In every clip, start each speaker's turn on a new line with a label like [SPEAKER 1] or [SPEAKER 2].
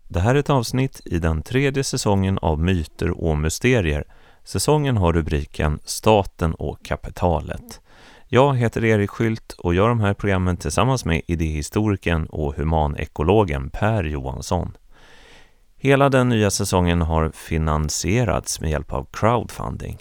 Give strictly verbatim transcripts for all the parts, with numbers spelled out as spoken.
[SPEAKER 1] Det här är ett avsnitt i den tredje säsongen av Myter och mysterier. Säsongen har rubriken Staten och kapitalet. Jag heter Erik Skylt och gör de här programmen tillsammans med idéhistorikern och humanekologen Per Johansson. Hela den nya säsongen har finansierats med hjälp av crowdfunding.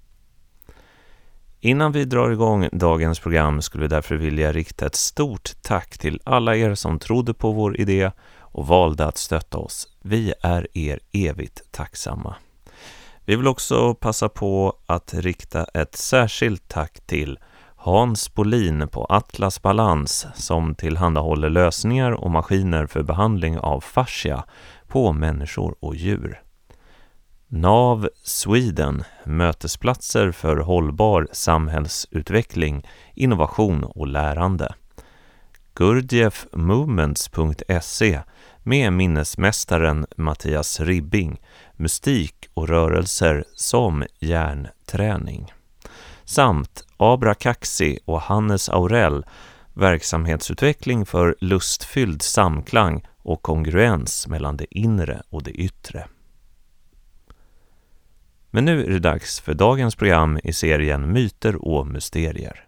[SPEAKER 1] Innan vi drar igång dagens program skulle vi därför vilja rikta ett stort tack till alla er som trodde på vår idé och valde att stötta oss. Vi är er evigt tacksamma. Vi vill också passa på att rikta ett särskilt tack till Hans Bolin på Atlas Balans som tillhandahåller lösningar och maskiner för behandling av fascia på människor och djur. N A V Sweden, mötesplatser för hållbar samhällsutveckling, innovation och lärande. Gurdjieff Movements punkt se med minnesmästaren Mattias Ribbing, mystik och rörelser som hjärnträning. Samt Abrakaxi och Hannes Aurell, verksamhetsutveckling för lustfylld samklang och kongruens mellan det inre och det yttre. Men nu är det dags för dagens program i serien Myter och mysterier.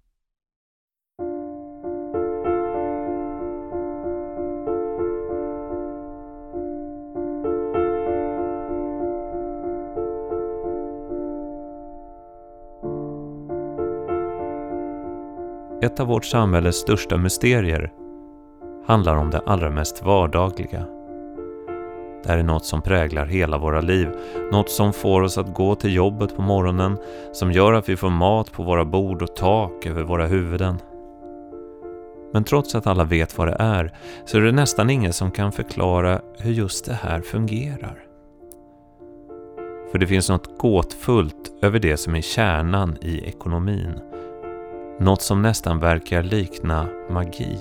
[SPEAKER 1] Ett av vårt samhälles största mysterier handlar om det allra mest vardagliga. Det här är något som präglar hela våra liv, något som får oss att gå till jobbet på morgonen, som gör att vi får mat på våra bord och tak över våra huvuden. Men trots att alla vet vad det är, så är det nästan ingen som kan förklara hur just det här fungerar. För det finns något gåtfullt över det som är kärnan i ekonomin. Något som nästan verkar likna magi.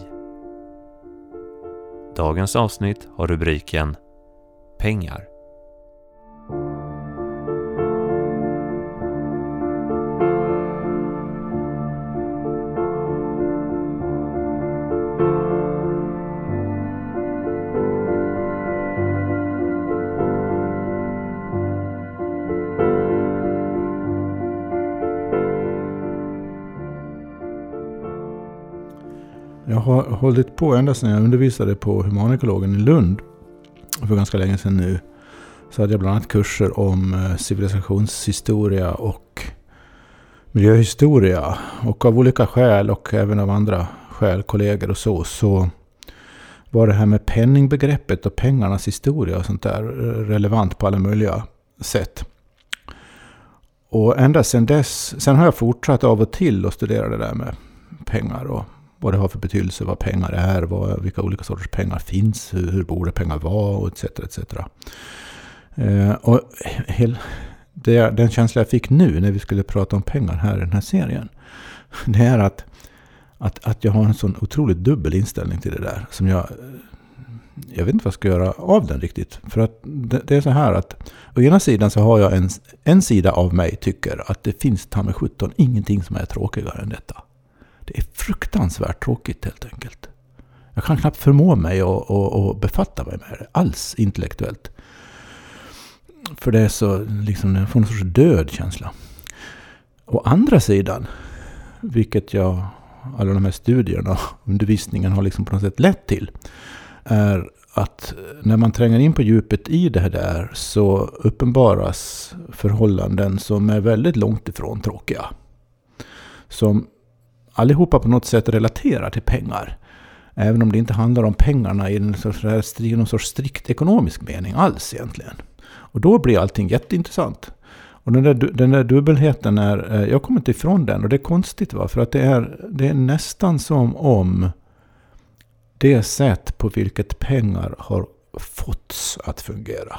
[SPEAKER 1] Dagens avsnitt har rubriken Pengar.
[SPEAKER 2] Jag har hållit på ända sedan jag undervisade på humanekologen i Lund för ganska länge sedan nu. Så hade jag bland annat kurser om civilisationshistoria och miljöhistoria. Och av olika skäl och även av andra skäl, kollegor och så, så var det här med penningbegreppet och pengarnas historia och sånt där relevant på alla möjliga sätt. Och ända sedan dess, sen har jag fortsatt av och till att studera det där med pengar och vad det har för betydelse, vad pengar är, vad, vilka olika sorters pengar finns, hur, hur borde pengar vara och et cetera et cetera. Eh, och hel, det, den känsla jag fick nu när vi skulle prata om pengar här i den här serien, det är att, att, att jag har en sån otroligt dubbel inställning till det där som jag, jag vet inte vad jag ska göra av den riktigt. För att det, det är så här att å ena sidan så har jag en, en sida av mig tycker att det finns ta med sjutton ingenting som är tråkigare än detta. Det är fruktansvärt tråkigt helt enkelt. Jag kan knappt förmå mig att, att, att befatta mig med det alls intellektuellt. För det är så liksom, jag får en sorts död känsla. Å andra sidan, vilket jag, alla de här studierna och undervisningen har liksom på något sätt lett till, är att när man tränger in på djupet i det här där så uppenbaras förhållanden som är väldigt långt ifrån tråkiga. Som allihopa på något sätt relaterar till pengar. Även om det inte handlar om pengarna i en sorts, någon sorts strikt ekonomisk mening alls egentligen. Och då blir allting jätteintressant. Och den där, den där dubbelheten är, jag kommer inte ifrån den. Och det är konstigt va, för att det är, det är nästan som om det sätt på vilket pengar har fåtts att fungera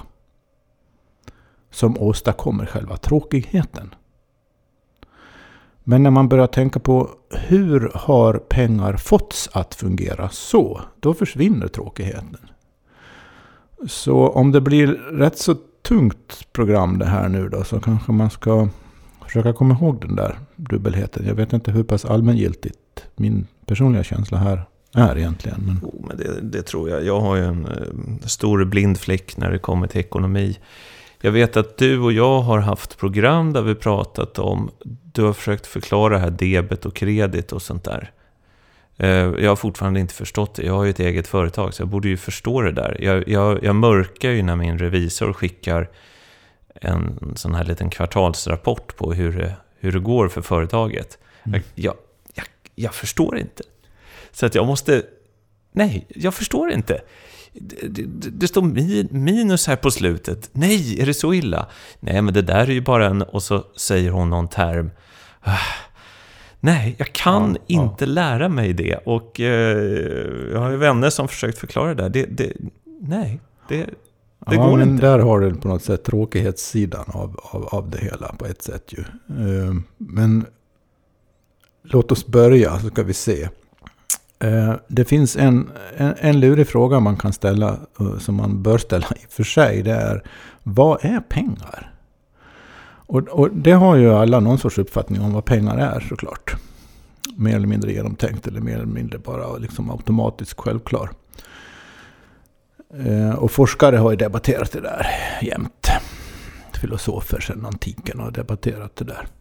[SPEAKER 2] som åstadkommer själva tråkigheten. Men när man börjar tänka på hur har pengar fåtts att fungera så, då försvinner tråkigheten. Så om det blir rätt så tungt program det här nu då, så kanske man ska försöka komma ihåg den där dubbelheten. Jag vet inte hur pass allmängiltigt min personliga känsla här är egentligen. Men...
[SPEAKER 1] Oh, men det, det tror jag. Jag har ju en eh, stor blind fläck när det kommer till ekonomi. Jag vet att du och jag har haft program där vi pratat om, du har försökt förklara här debet och kredit och sånt där. Eh, jag har fortfarande inte förstått det. Jag har ju ett eget företag så jag borde ju förstå det där. Jag, jag, jag mörkar ju när min revisor skickar en sån här liten kvartalsrapport på hur det, hur det går för företaget. Mm. Jag, jag, jag, jag förstår inte. Så att jag måste... Nej, jag förstår inte. Det, det, det står minus här på slutet. Nej, är det så illa? Nej, men det där är ju bara en... Och så säger hon någon term. Nej, jag kan ja, inte ja. lära mig det. Och eh, jag har ju vänner som försökt förklara det där. Det, det, nej, det... Det
[SPEAKER 2] ja,
[SPEAKER 1] går
[SPEAKER 2] men
[SPEAKER 1] inte.
[SPEAKER 2] Där har du på något sätt tråkighetssidan av, av, av det hela på ett sätt ju. Uh, men låt oss börja så ska vi se. Uh, det finns en, en, en lurig fråga man kan ställa uh, som man bör ställa i för sig. Det är, vad är pengar? Och, och det har ju alla någon sorts uppfattning om vad pengar är såklart. Mer eller mindre genomtänkt eller mer eller mindre bara liksom automatiskt självklar. Och forskare har ju debatterat det där jämt. Filosofer sedan antiken har debatterat det där.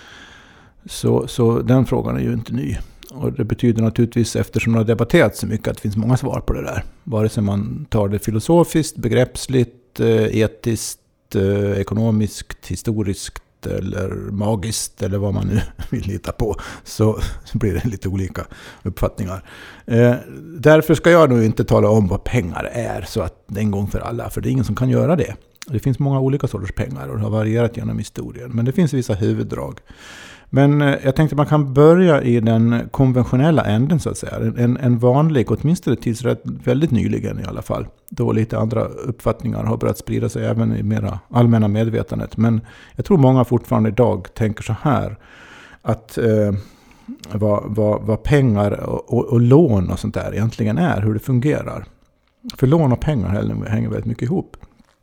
[SPEAKER 2] Så, så den frågan är ju inte ny. Och det betyder naturligtvis, eftersom det har debatterats så mycket, att det finns många svar på det där. Vare sig man tar det filosofiskt, begreppsligt, etiskt, ekonomiskt, historiskt eller magiskt eller vad man nu vill lita på, så blir det lite olika uppfattningar. Eh, därför ska jag nu inte tala om vad pengar är så att det är en gång för alla, för det är ingen som kan göra det. Det finns många olika sorters pengar och det har varierat genom historien, men det finns vissa huvuddrag. Men eh, jag tänkte man kan börja i den konventionella änden så att säga. En, en vanlig, åtminstone tills rätt, väldigt nyligen i alla fall. Då lite andra uppfattningar har börjat sprida sig även i mera allmänna medvetandet. Men jag tror många fortfarande idag tänker så här. Att eh, vad, vad, vad pengar och, och, och lån och sånt där egentligen är. Hur det fungerar. För lån och pengar hänger väldigt mycket ihop.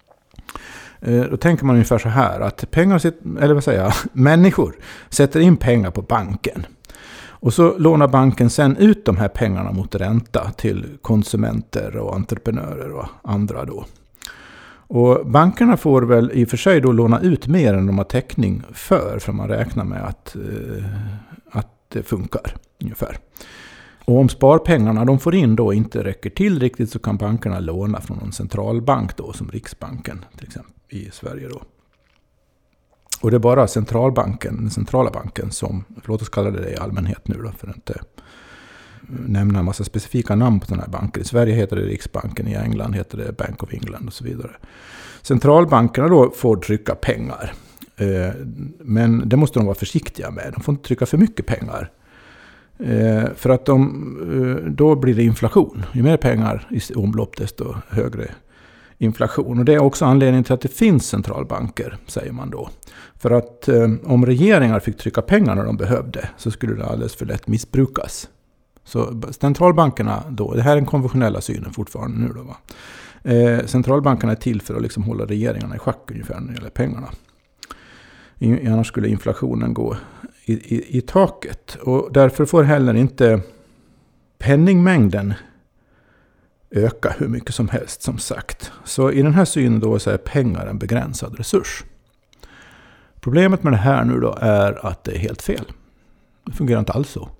[SPEAKER 2] Då tänker man ungefär så här att pengar, eller vad säger jag, människor sätter in pengar på banken. Och så lånar banken sen ut de här pengarna mot ränta till konsumenter och entreprenörer och andra då. Och bankerna får väl i och för sig då låna ut mer än de har täckning för, för man räknar med att, att det funkar ungefär. Och om sparpengarna de får in då inte räcker till riktigt så kan bankerna låna från en centralbank då, som Riksbanken till exempel i Sverige då. Och det är bara centralbanken, den centrala banken som, låt oss kalla det i allmänhet nu då för att inte nämna en massa specifika namn på sådana här banker. I Sverige heter det Riksbanken, i England heter det Bank of England och så vidare. Centralbankerna då får trycka pengar. Men det måste de vara försiktiga med. De får inte trycka för mycket pengar. För att de, då blir det inflation. Ju mer pengar i omlopp desto högre inflation. Och det är också anledningen till att det finns centralbanker, säger man då. För att om regeringar fick trycka pengar när de behövde så skulle det alldeles för lätt missbrukas. Så centralbankerna då, det här är den konventionella synen fortfarande nu då va. Eh, centralbankerna är till för att liksom hålla regeringarna i schack ungefär när det gäller pengarna. I, annars skulle inflationen gå i, i, i taket. Och därför får heller inte penningmängden öka hur mycket som helst som sagt. Så i den här synen då så är pengar en begränsad resurs. Problemet med det här nu då är att det är helt fel. Det fungerar inte alls så.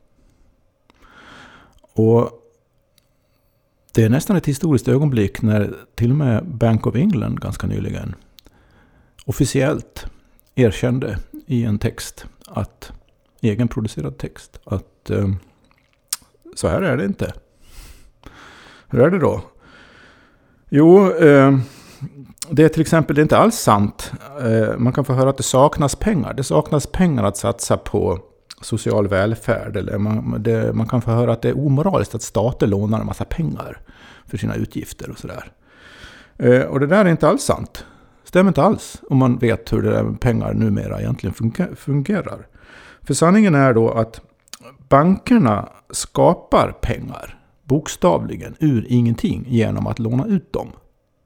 [SPEAKER 2] Och det är nästan ett historiskt ögonblick när till och med Bank of England ganska nyligen officiellt erkände i en text, att egenproducerad text, att eh, så här är det inte. Hur är det då? Jo, eh, det är till exempel det är inte alls sant. Eh, man kan få höra att det saknas pengar. Det saknas pengar att satsa på social välfärd. Eller man, det, man kan få höra att det är omoraliskt att stater lånar en massa pengar för sina utgifter och sådär. Eh, och det där är inte alls sant. Stämmer inte alls om man vet hur det där med pengar numera egentligen fungerar. För sanningen är då att bankerna skapar pengar bokstavligen ur ingenting genom att låna ut dem.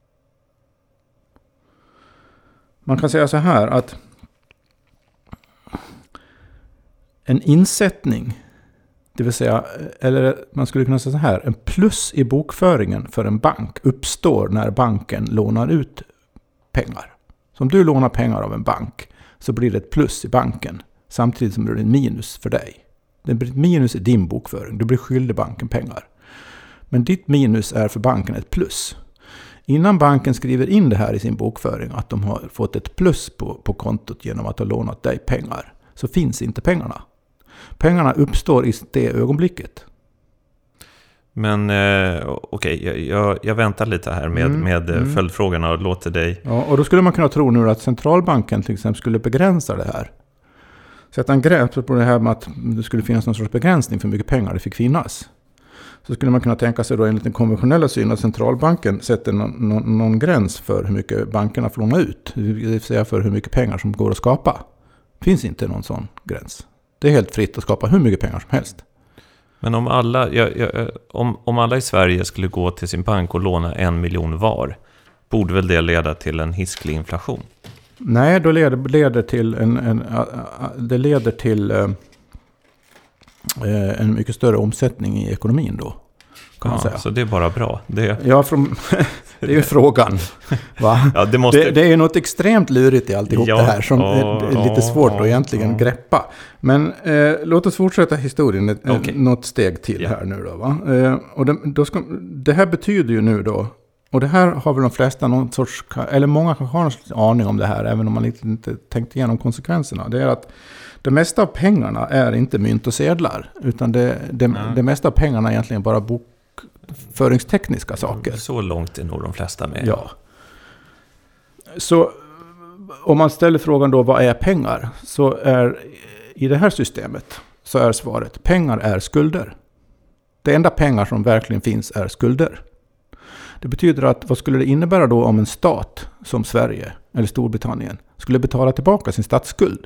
[SPEAKER 2] Man kan säga så här att en insättning Det vill säga, eller man skulle kunna säga så här, en plus i bokföringen för en bank uppstår när banken lånar ut pengar. Så om du lånar pengar av en bank så blir det ett plus i banken samtidigt som det blir en minus för dig. Det blir ett minus i din bokföring. Du blir skyldig banken pengar. Men ditt minus är för banken ett plus. Innan banken skriver in det här i sin bokföring att de har fått ett plus på, på kontot genom att ha lånat dig pengar, så finns inte pengarna. Pengarna uppstår i det ögonblicket.
[SPEAKER 1] Men eh, okej, okay, jag, jag väntar lite här med, mm, med mm. följdfrågorna och låter dig...
[SPEAKER 2] Ja, och då skulle man kunna tro nu att centralbanken till exempel skulle begränsa det här. Sätta en gräns på det här med att det skulle finnas någon sorts begränsning för hur mycket pengar det fick finnas. Så skulle man kunna tänka sig då enligt den konventionella synen att centralbanken sätter någon, någon, någon gräns för hur mycket bankerna får låna ut. Det vill säga för hur mycket pengar som går att skapa. Det finns inte någon sån gräns. Det är helt fritt att skapa hur mycket pengar som helst.
[SPEAKER 1] Men om alla, jag, jag, om, om alla i Sverige skulle gå till sin bank och låna en miljon var, borde väl det leda till en hisklig inflation?
[SPEAKER 2] Nej, då leder, leder till en, en, det leder till eh, en mycket större omsättning i ekonomin då. Kan
[SPEAKER 1] ja,
[SPEAKER 2] man säga.
[SPEAKER 1] Så det är bara bra. Det,
[SPEAKER 2] ja, från, det är ju frågan. Va?
[SPEAKER 1] Ja, det, måste...
[SPEAKER 2] det, det är ju något extremt lurigt i alltihop ja, det här som och, är lite svårt och, att egentligen och. greppa. Men eh, låt oss fortsätta historien ett, okay. något steg till ja. här nu då. Va? Eh, och det, då ska, det här betyder ju nu då, och det här har väl de flesta någon sorts, eller många kanske har någon sorts aning om det här, även om man inte, inte tänkt igenom konsekvenserna. Det är att det mesta av pengarna är inte mynt och sedlar, utan det, det, mm. det mesta av pengarna är egentligen bara bokföringstekniska saker.
[SPEAKER 1] Så långt är nog de flesta med.
[SPEAKER 2] Ja. Så om man ställer frågan då, vad är pengar? Så är i det här systemet så är svaret, pengar är skulder. Det enda pengar som verkligen finns är skulder. Det betyder att vad skulle det innebära då om en stat som Sverige eller Storbritannien skulle betala tillbaka sin statsskuld?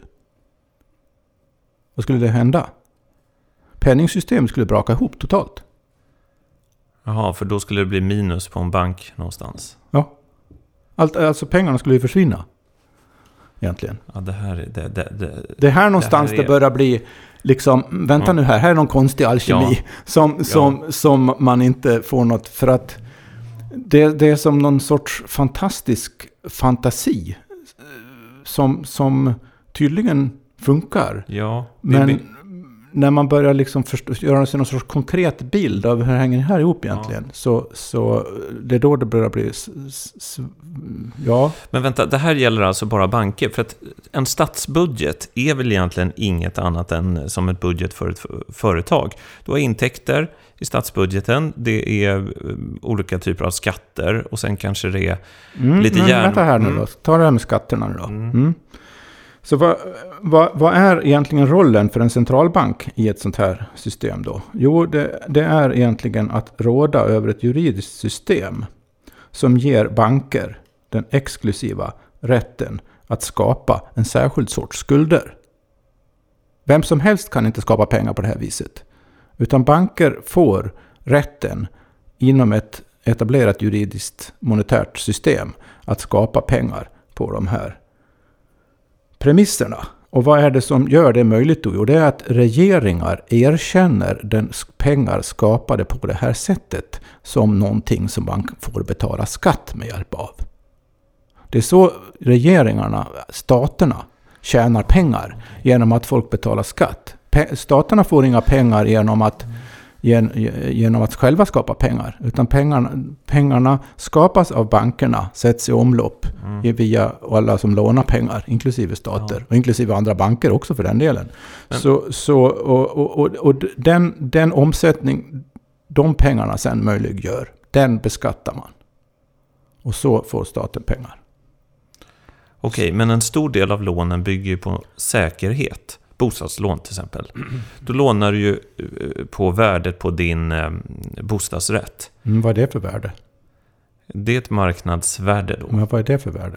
[SPEAKER 2] Vad skulle det hända? Penningsystemet skulle braka ihop totalt.
[SPEAKER 1] Jaha, för då skulle det bli minus på en bank någonstans.
[SPEAKER 2] Ja. Allt, alltså pengarna skulle ju försvinna. Egentligen.
[SPEAKER 1] Ja, det här är... Det, det, det,
[SPEAKER 2] det här någonstans det, här är... det börjar bli liksom, vänta mm. nu här, här är någon konstig alkemi ja. som, som, ja. som man inte får något, för att det, det är som någon sorts fantastisk fantasi som, som tydligen funkar.
[SPEAKER 1] Ja,
[SPEAKER 2] men vi... när man börjar liksom förstå, göra sig någon sorts konkret bild av hur hänger det här ihop egentligen, ja. så, så det är då det börjar bli s- s- ja.
[SPEAKER 1] Men vänta, det här gäller alltså bara banker, för att en statsbudget är väl egentligen inget annat än som ett budget för ett företag. Du har intäkter i statsbudgeten, det är olika typer av skatter och sen kanske det är mm, lite
[SPEAKER 2] men
[SPEAKER 1] järn...
[SPEAKER 2] Vänta här nu då, ta det här med skatterna nu då. Mm. Mm. Så vad, vad, vad är egentligen rollen för en centralbank i ett sånt här system då? Jo, det, det är egentligen att råda över ett juridiskt system som ger banker den exklusiva rätten att skapa en särskild sorts skulder. Vem som helst kan inte skapa pengar på det här viset. Utan banker får rätten inom ett etablerat juridiskt monetärt system att skapa pengar på de här premisserna. Och vad är det som gör det möjligt då? Jo, det är att regeringar erkänner den pengar skapade på det här sättet som någonting som man får betala skatt med hjälp av. Det är så regeringarna, staterna, tjänar pengar genom att folk betalar skatt. Staterna får inga pengar genom att genom att själva skapa pengar, utan pengarna, pengarna skapas av bankerna, sätts i omlopp mm. via alla som lånar pengar, inklusive stater ja. och inklusive andra banker också för den delen. Men. Så, så, och och, och, och den, den omsättning de pengarna sen möjliggör, den beskattar man. Och så får staten pengar.
[SPEAKER 1] Okej, men en stor del av lånen bygger på säkerhet. Bostadslån till exempel. Då lånar du ju på värdet på din eh, bostadsrätt.
[SPEAKER 2] Mm, vad är det för värde?
[SPEAKER 1] Det är ett marknadsvärde då.
[SPEAKER 2] Men vad är det för värde?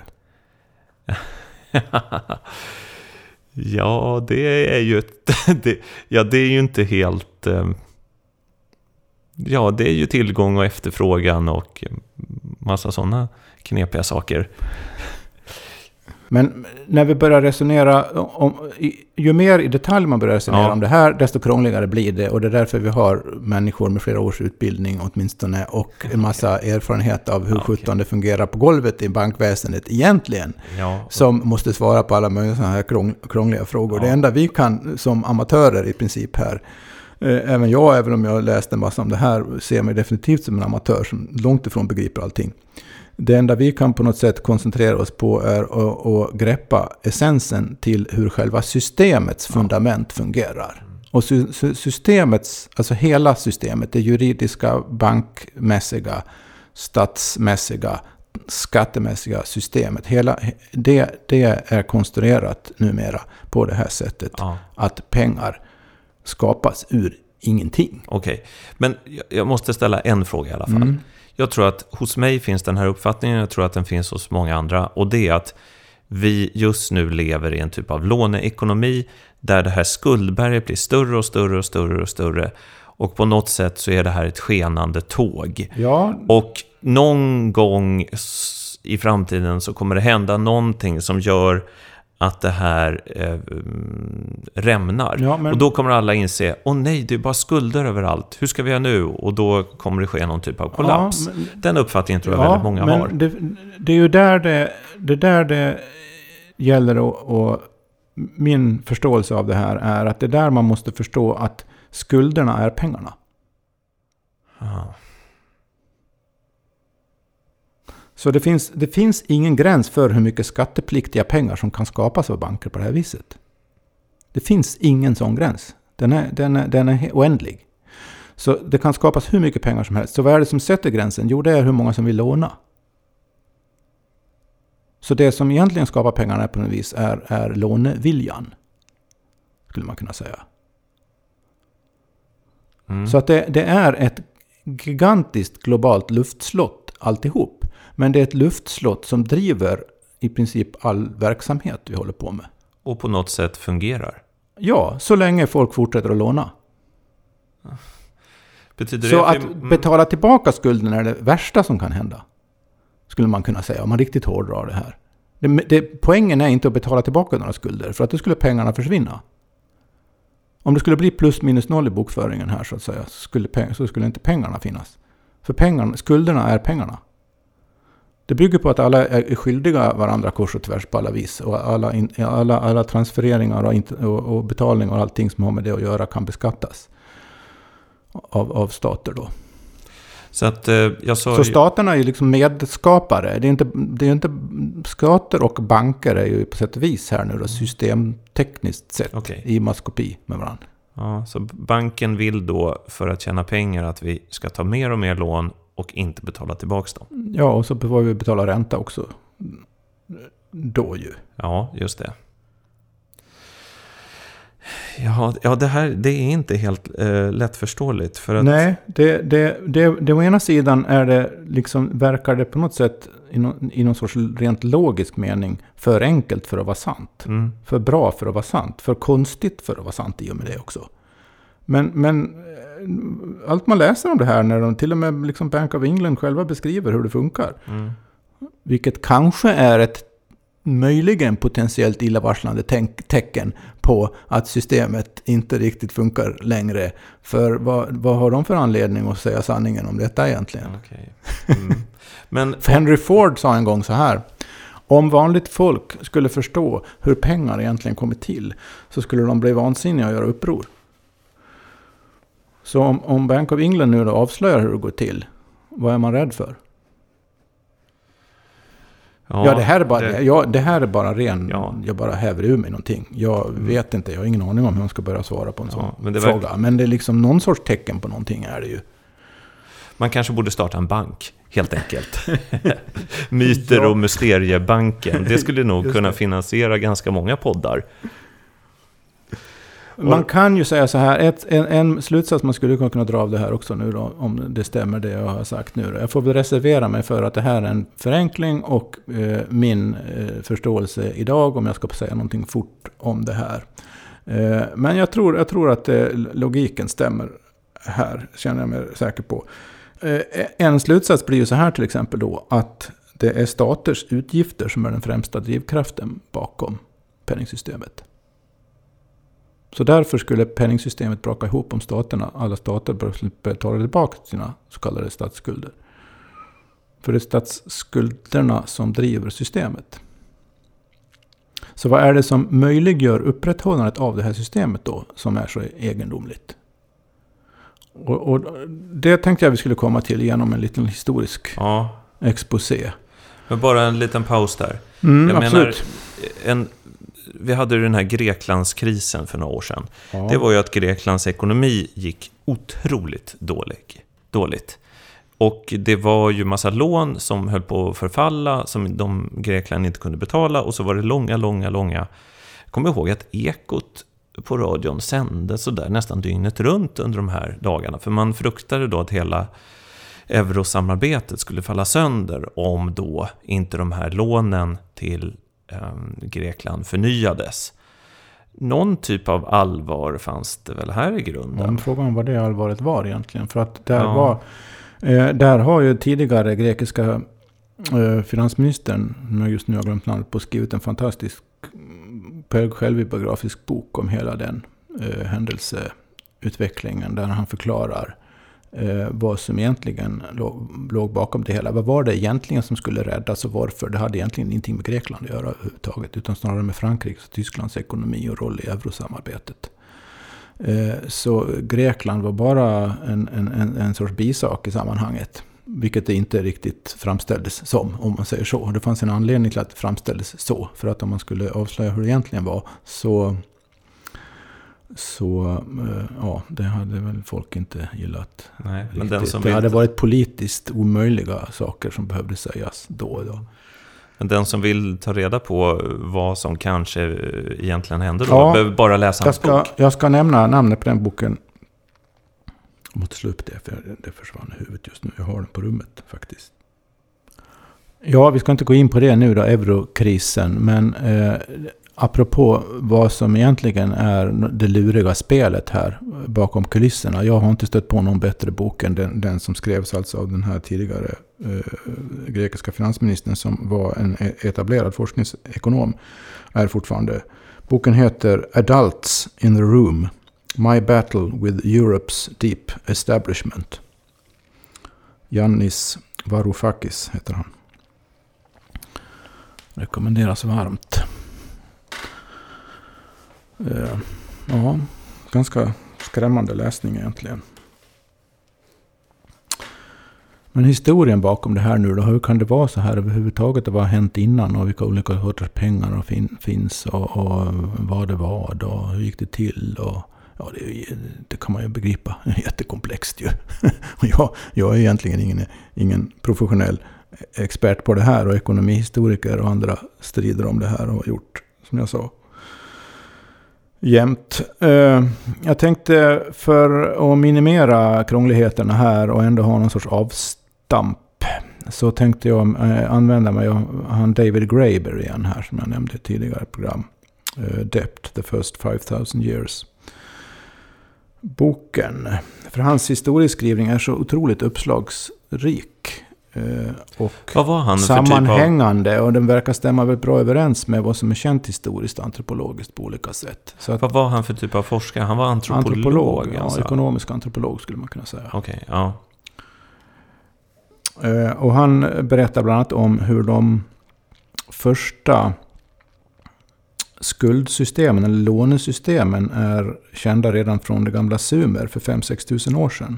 [SPEAKER 1] Ja, det är ju ett, det, ja, det är ju inte helt eh, ja, det är ju tillgång och efterfrågan och massa sådana knepiga saker.
[SPEAKER 2] Men när vi börjar resonera, om, ju mer i detalj man börjar resonera ja. om det här, desto krångligare blir det. Och det är därför vi har människor med flera års utbildning åtminstone och en massa erfarenhet av hur sjutton okay. det fungerar på golvet i bankväsendet egentligen. Ja. Som måste svara på alla möjliga sådana här krångliga frågor. Ja. Det enda vi kan som amatörer i princip här, även jag, även om jag har läst en massa om det här, ser mig definitivt som en amatör som långt ifrån begriper allting. Det enda vi kan på något sätt koncentrera oss på är att, att greppa essensen till hur själva systemets fundament fungerar. Och systemets, alltså hela systemet, det juridiska, bankmässiga, statsmässiga, skattemässiga systemet, hela det, det är konstruerat numera på det här sättet ja. att pengar skapas ur ingenting.
[SPEAKER 1] Okej, okay. Men jag måste ställa en fråga i alla fall. Mm. Jag tror att hos mig finns den här uppfattningen, jag tror att den finns hos många andra, och det är att vi just nu lever i en typ av låneekonomi där det här skuldberget blir större och större och större och större, och på något sätt så är det här ett skenande tåg.
[SPEAKER 2] Ja.
[SPEAKER 1] Och någon gång i framtiden så kommer det hända någonting som gör att det här eh, rämnar. Ja, men... Och då kommer alla inse, åh nej, det är bara skulder överallt. Hur ska vi göra nu? Och då kommer det ske någon typ av kollaps. Ja, men... Den uppfattningen tror jag ja, väldigt många
[SPEAKER 2] men
[SPEAKER 1] har.
[SPEAKER 2] Det, det är ju där det, det, där det gäller, och, och min förståelse av det här är att det är där man måste förstå att skulderna är pengarna.
[SPEAKER 1] Aha.
[SPEAKER 2] Så det finns, det finns ingen gräns för hur mycket skattepliktiga pengar som kan skapas av banker på det här viset. Det finns ingen sån gräns. Den är, den är, den är oändlig. Så det kan skapas hur mycket pengar som helst. Så vad är det som sätter gränsen? Jo, det är hur många som vill låna. Så det som egentligen skapar pengarna på något vis är, är låneviljan. Skulle man kunna säga. Mm. Så att det, det är ett gigantiskt globalt luftslott alltihop. Men det är ett luftslott som driver i princip all verksamhet vi håller på med.
[SPEAKER 1] Och på något sätt fungerar.
[SPEAKER 2] Ja, så länge folk fortsätter att låna.
[SPEAKER 1] Betyder
[SPEAKER 2] så
[SPEAKER 1] det
[SPEAKER 2] att vi... betala tillbaka skulden är det värsta som kan hända. Skulle man kunna säga, om man riktigt hårdrar det här. Det, det, poängen är inte att betala tillbaka några skulder, för att då skulle pengarna försvinna. Om det skulle bli plus minus noll i bokföringen här så att säga, så skulle, peng- så skulle inte pengarna finnas. För pengarna, skulderna är pengarna. Det bygger på att alla är skyldiga varandra kors och tvärs på alla vis. Och alla, in, alla, alla transfereringar och, inte, och, och betalningar och allting som har med det att göra kan beskattas av, av stater då.
[SPEAKER 1] Så, att, eh, jag sa
[SPEAKER 2] så staterna är ju liksom medskapare. Det är inte, det är inte, stater och banker är ju på sätt och vis här nu då, systemtekniskt sett okay. i maskopi med varandra.
[SPEAKER 1] Ja, så banken vill då för att tjäna pengar att vi ska ta mer och mer lån och inte betala tillbaka dem.
[SPEAKER 2] Ja, och så får vi betala ränta också. Då ju.
[SPEAKER 1] Ja, just det. Ja, ja det här det är inte helt eh, lättförståeligt. För att...
[SPEAKER 2] Nej, det, det, det, det å ena sidan är det liksom, verkar det på något sätt i någon, i någon sorts rent logisk mening för enkelt för att vara sant.
[SPEAKER 1] Mm.
[SPEAKER 2] För bra för att vara sant. För konstigt för att vara sant i och med det också. Men, men allt man läser om det här, när de till och med liksom Bank of England själva beskriver hur det funkar.
[SPEAKER 1] Mm.
[SPEAKER 2] Vilket kanske är ett möjligen potentiellt illavarslande tänk- tecken på att systemet inte riktigt funkar längre. För vad, vad har de för anledning att säga sanningen om detta egentligen?
[SPEAKER 1] Okay. Mm. Men
[SPEAKER 2] Henry Ford sa en gång så här: om vanligt folk skulle förstå hur pengar egentligen kommer till, så skulle de bli vansinniga och göra uppror. Så om, om Bank of England nu då avslöjar hur det går till, vad är man rädd för? Ja, ja, det, här är bara, det, ja det här är bara ren... Ja. Jag bara häver ur mig någonting. Jag mm. vet inte, jag har ingen aning om hur man ska börja svara på en ja, sån men det fråga. Var... Men det är liksom någon sorts tecken på någonting är det ju.
[SPEAKER 1] Man kanske borde starta en bank, helt enkelt. Myter ja. och mysteriebanken. Det skulle nog kunna finansiera ganska många poddar.
[SPEAKER 2] Man kan ju säga så här, ett, en, en slutsats man skulle kunna dra av det här också nu då, om det stämmer det jag har sagt nu då. Jag får väl reservera mig för att det här är en förenkling och eh, min eh, förståelse idag, om jag ska säga någonting fort om det här. Eh, men jag tror, jag tror att eh, logiken stämmer här, känner jag mig säker på. Eh, en slutsats blir ju så här till exempel då, att det är staters utgifter som är den främsta drivkraften bakom penningsystemet. Så därför skulle penningsystemet braka ihop om staterna, alla stater började betala tillbaka sina så kallade statsskulder. För det är statsskulderna som driver systemet. Så vad är det som möjliggör upprätthållandet av det här systemet då, som är så egendomligt? Och, och det tänkte jag vi skulle komma till genom en liten historisk ja. exposé.
[SPEAKER 1] Men bara en liten paus där.
[SPEAKER 2] Mm,
[SPEAKER 1] jag
[SPEAKER 2] absolut.
[SPEAKER 1] menar, en, vi hade ju den här Greklandskrisen för några år sedan. Ja. Det var ju att Greklands ekonomi gick otroligt dålig, dåligt. Och det var ju massa lån som höll på att förfalla, som de Grekland inte kunde betala. Och så var det långa, långa, långa... Jag kommer ihåg att Ekot på radion sände så där nästan dygnet runt under de här dagarna. För man fruktade då att hela eurosamarbetet skulle falla sönder om då inte de här lånen till eh, Grekland förnyades. Någon typ av allvar fanns det väl här i grunden?
[SPEAKER 2] Ja, frågan vad det allvaret var egentligen. För att där, ja. var, eh, där har ju tidigare grekiska eh, finansministern, som jag just nu har glömt namnet på, skrivit en fantastisk självbiografisk bok om hela den eh, händelseutvecklingen, där han förklarar eh, vad som egentligen låg, låg bakom det hela. Vad var det egentligen som skulle räddas och varför? Det hade egentligen ingenting med Grekland att göra överhuvudtaget, utan snarare med Frankrikes och Tysklands ekonomi och roll i eurosamarbetet. Eh, så Grekland var bara en, en, en, en sorts bisak i sammanhanget. Vilket det inte riktigt framställdes som, om man säger så. Det fanns en anledning till att det framställdes så. För att om man skulle avslöja hur det egentligen var, så, så ja, det hade väl folk inte gillat.
[SPEAKER 1] Nej, men den som
[SPEAKER 2] det
[SPEAKER 1] vill...
[SPEAKER 2] hade varit politiskt omöjliga saker som behövde sägas då och då.
[SPEAKER 1] Men den som vill ta reda på vad som kanske egentligen hände då,
[SPEAKER 2] ja,
[SPEAKER 1] behöver bara läsa hans
[SPEAKER 2] jag ska,
[SPEAKER 1] bok.
[SPEAKER 2] Jag ska nämna namnet på den boken. Jag måste slå upp det, för det försvann i huvudet just nu. Jag har den på rummet faktiskt. Ja, vi ska inte gå in på det nu då, eurokrisen. Men eh, apropå vad som egentligen är det luriga spelet här bakom kulisserna. Jag har inte stött på någon bättre bok än den, den som skrevs alltså av den här tidigare eh, grekiska finansministern, som var en etablerad forskningsekonom. Är fortfarande. Boken heter Adults in the Room. My Battle with Europe's Deep Establishment. Yannis Varoufakis heter han. Rekommenderas varmt. Uh, ja, ganska skrämmande läsning egentligen. Men historien bakom det här nu då, hur kan det vara så här överhuvudtaget? Vad har hänt innan och vilka olika sorters pengar fin- finns och, och vad det var och hur gick det till och ja, det, det kan man ju begripa. Det är jättekomplext ju. jag, jag är egentligen ingen, ingen professionell expert på det här, och ekonomihistoriker och andra strider om det här och har gjort, som jag sa, jämt. Jag tänkte, för att minimera krångligheterna här och ändå ha någon sorts avstamp, så tänkte jag använda mig av han David Graeber igen här, som jag nämnde i ett tidigare program. Debt, the first five thousand years. Boken. För hans historieskrivning är så otroligt uppslagsrik och
[SPEAKER 1] vad var han
[SPEAKER 2] sammanhängande
[SPEAKER 1] typ av...
[SPEAKER 2] och den verkar stämma väldigt bra överens med vad som är känt historiskt antropologiskt på olika sätt. Så att,
[SPEAKER 1] vad var han för typ av forskare? Han var antropolog.
[SPEAKER 2] Antropolog,
[SPEAKER 1] alltså.
[SPEAKER 2] Ja, ekonomisk antropolog skulle man kunna säga.
[SPEAKER 1] Okej, okay, ja.
[SPEAKER 2] Och han berättar bland annat om hur de första skuldsystemen eller lånesystemen är kända redan från det gamla Sumer för fem till sex tusen år sedan.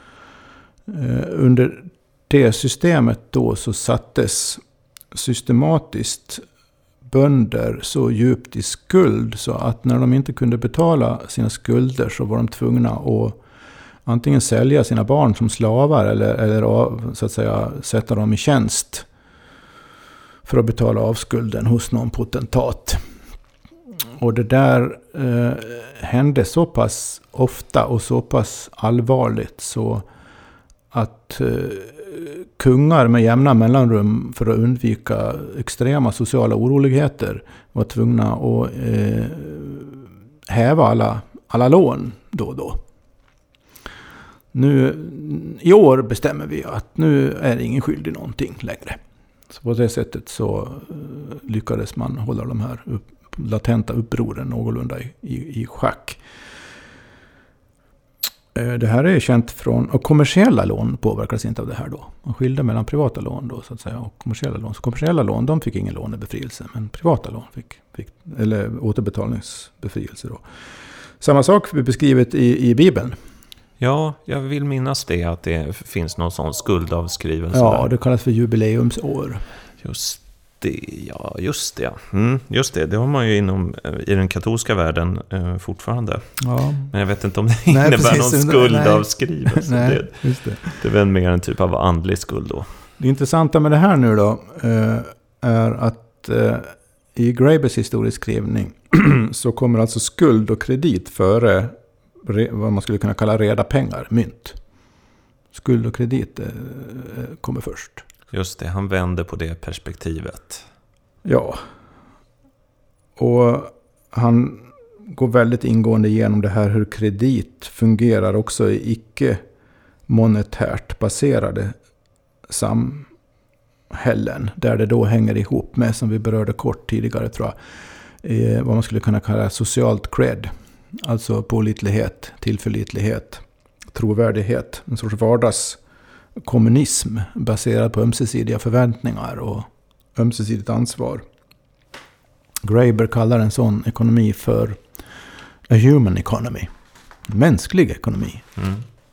[SPEAKER 2] Under det systemet då så sattes systematiskt bönder så djupt i skuld så att när de inte kunde betala sina skulder så var de tvungna att antingen sälja sina barn som slavar eller, eller så att säga sätta dem i tjänst för att betala av skulden hos någon potentat. Och det där eh, hände så pass ofta och så pass allvarligt så att eh, kungar med jämna mellanrum för att undvika extrema sociala oroligheter var tvungna att eh, häva alla, alla lån då och då. Nu, i år bestämmer vi att nu är ingen skyldig någonting längre. Så på det sättet så lyckades man hålla de här upp, latenta upproren någorlunda i, i, i schack. Det här är känt från, och kommersiella lån påverkas inte av det här då. Man skilde mellan privata lån då så att säga och kommersiella lån. Så kommersiella lån, de fick ingen lånebefrielse, men privata lån fick, fick eller återbetalningsbefrielse då. Samma sak vi beskrivet i, i Bibeln.
[SPEAKER 1] Ja, jag vill minnas det, att det finns någon sån skuldavskrivelse.
[SPEAKER 2] Ja,
[SPEAKER 1] där.
[SPEAKER 2] Det kallas för jubileumsår.
[SPEAKER 1] Just det, ja, just det. Mm, just det, det har man ju inom, i den katolska världen eh, fortfarande.
[SPEAKER 2] Ja.
[SPEAKER 1] Men jag vet inte om det
[SPEAKER 2] nej,
[SPEAKER 1] innebär
[SPEAKER 2] precis,
[SPEAKER 1] någon skuldavskrivelse.
[SPEAKER 2] Nej,
[SPEAKER 1] det,
[SPEAKER 2] just det.
[SPEAKER 1] det är väl mer en typ av andlig skuld då.
[SPEAKER 2] Det intressanta med det här nu då eh, är att eh, i Grabers historieskrivning så kommer alltså skuld och kredit före re, vad man skulle kunna kalla reda pengar, mynt. Skuld och kredit eh, kommer först.
[SPEAKER 1] Just det, han vänder på det perspektivet.
[SPEAKER 2] Ja. Och han går väldigt ingående igenom det här hur kredit fungerar också i icke-monetärt baserade samhällen. Där det då hänger ihop med, som vi berörde kort tidigare tror jag, eh, vad man skulle kunna kalla socialt cred. Alltså pålitlighet, tillförlitlighet, trovärdighet. En sorts vardagskommunism baserad på ömsesidiga förväntningar och ömsesidigt ansvar. Graeber kallar en sån ekonomi för a human economy. Mänsklig ekonomi.
[SPEAKER 1] Mm.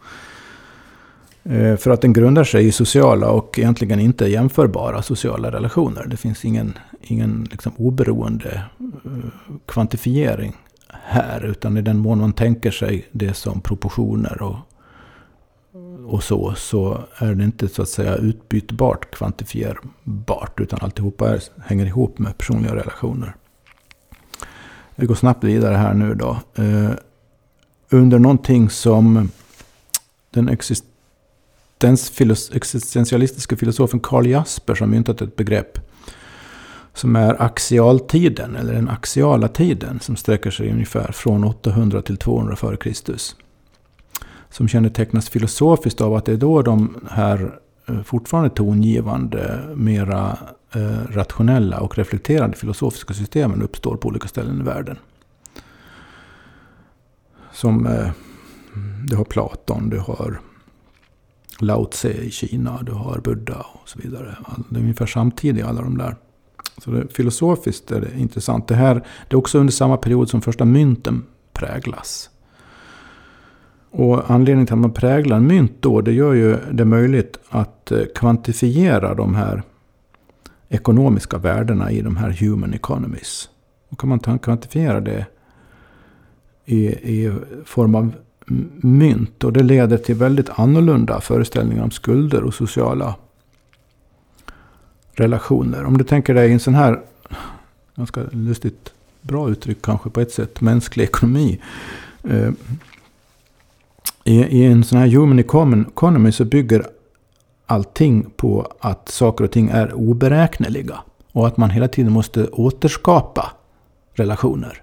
[SPEAKER 2] Eh, för att den grundar sig i sociala och egentligen inte jämförbara sociala relationer. Det finns ingen, ingen liksom oberoende uh, kvantifiering här, utan i den mån man tänker sig det som proportioner och, och så, så är det inte så att säga utbytbart, kvantifierbart, utan alltihopa är, hänger ihop med personliga relationer. Vi går snabbt vidare här nu då. Eh, under någonting som den existens, existentialistiska filosofen Karl Jasper som myntat ett begrepp som är axialtiden, eller den axiala tiden, som sträcker sig ungefär från åttahundra till tvåhundra före Kristus. Som kännetecknas filosofiskt av att det är då de här fortfarande tongivande, mera eh, rationella och reflekterande filosofiska systemen uppstår på olika ställen i världen. Som eh, du har Platon, du har Lao Tse i Kina, du har Buddha och så vidare. Det är ungefär samtidigt alla de där. Så det, filosofiskt är det intressant. Det här det är också under samma period som första mynten präglas. Och anledningen till att man präglar mynt då, det gör ju det möjligt att kvantifiera de här ekonomiska värdena i de här human economies. Och kan man kvantifiera det i, i form av mynt, och det leder till väldigt annorlunda föreställningar om skulder och sociala relationer. Om du tänker dig en sån här, ganska lustigt bra uttryck kanske på ett sätt, mänsklig ekonomi. Eh, i, I en sån här human economy så bygger allting på att saker och ting är oberäkneliga. Och att man hela tiden måste återskapa relationer.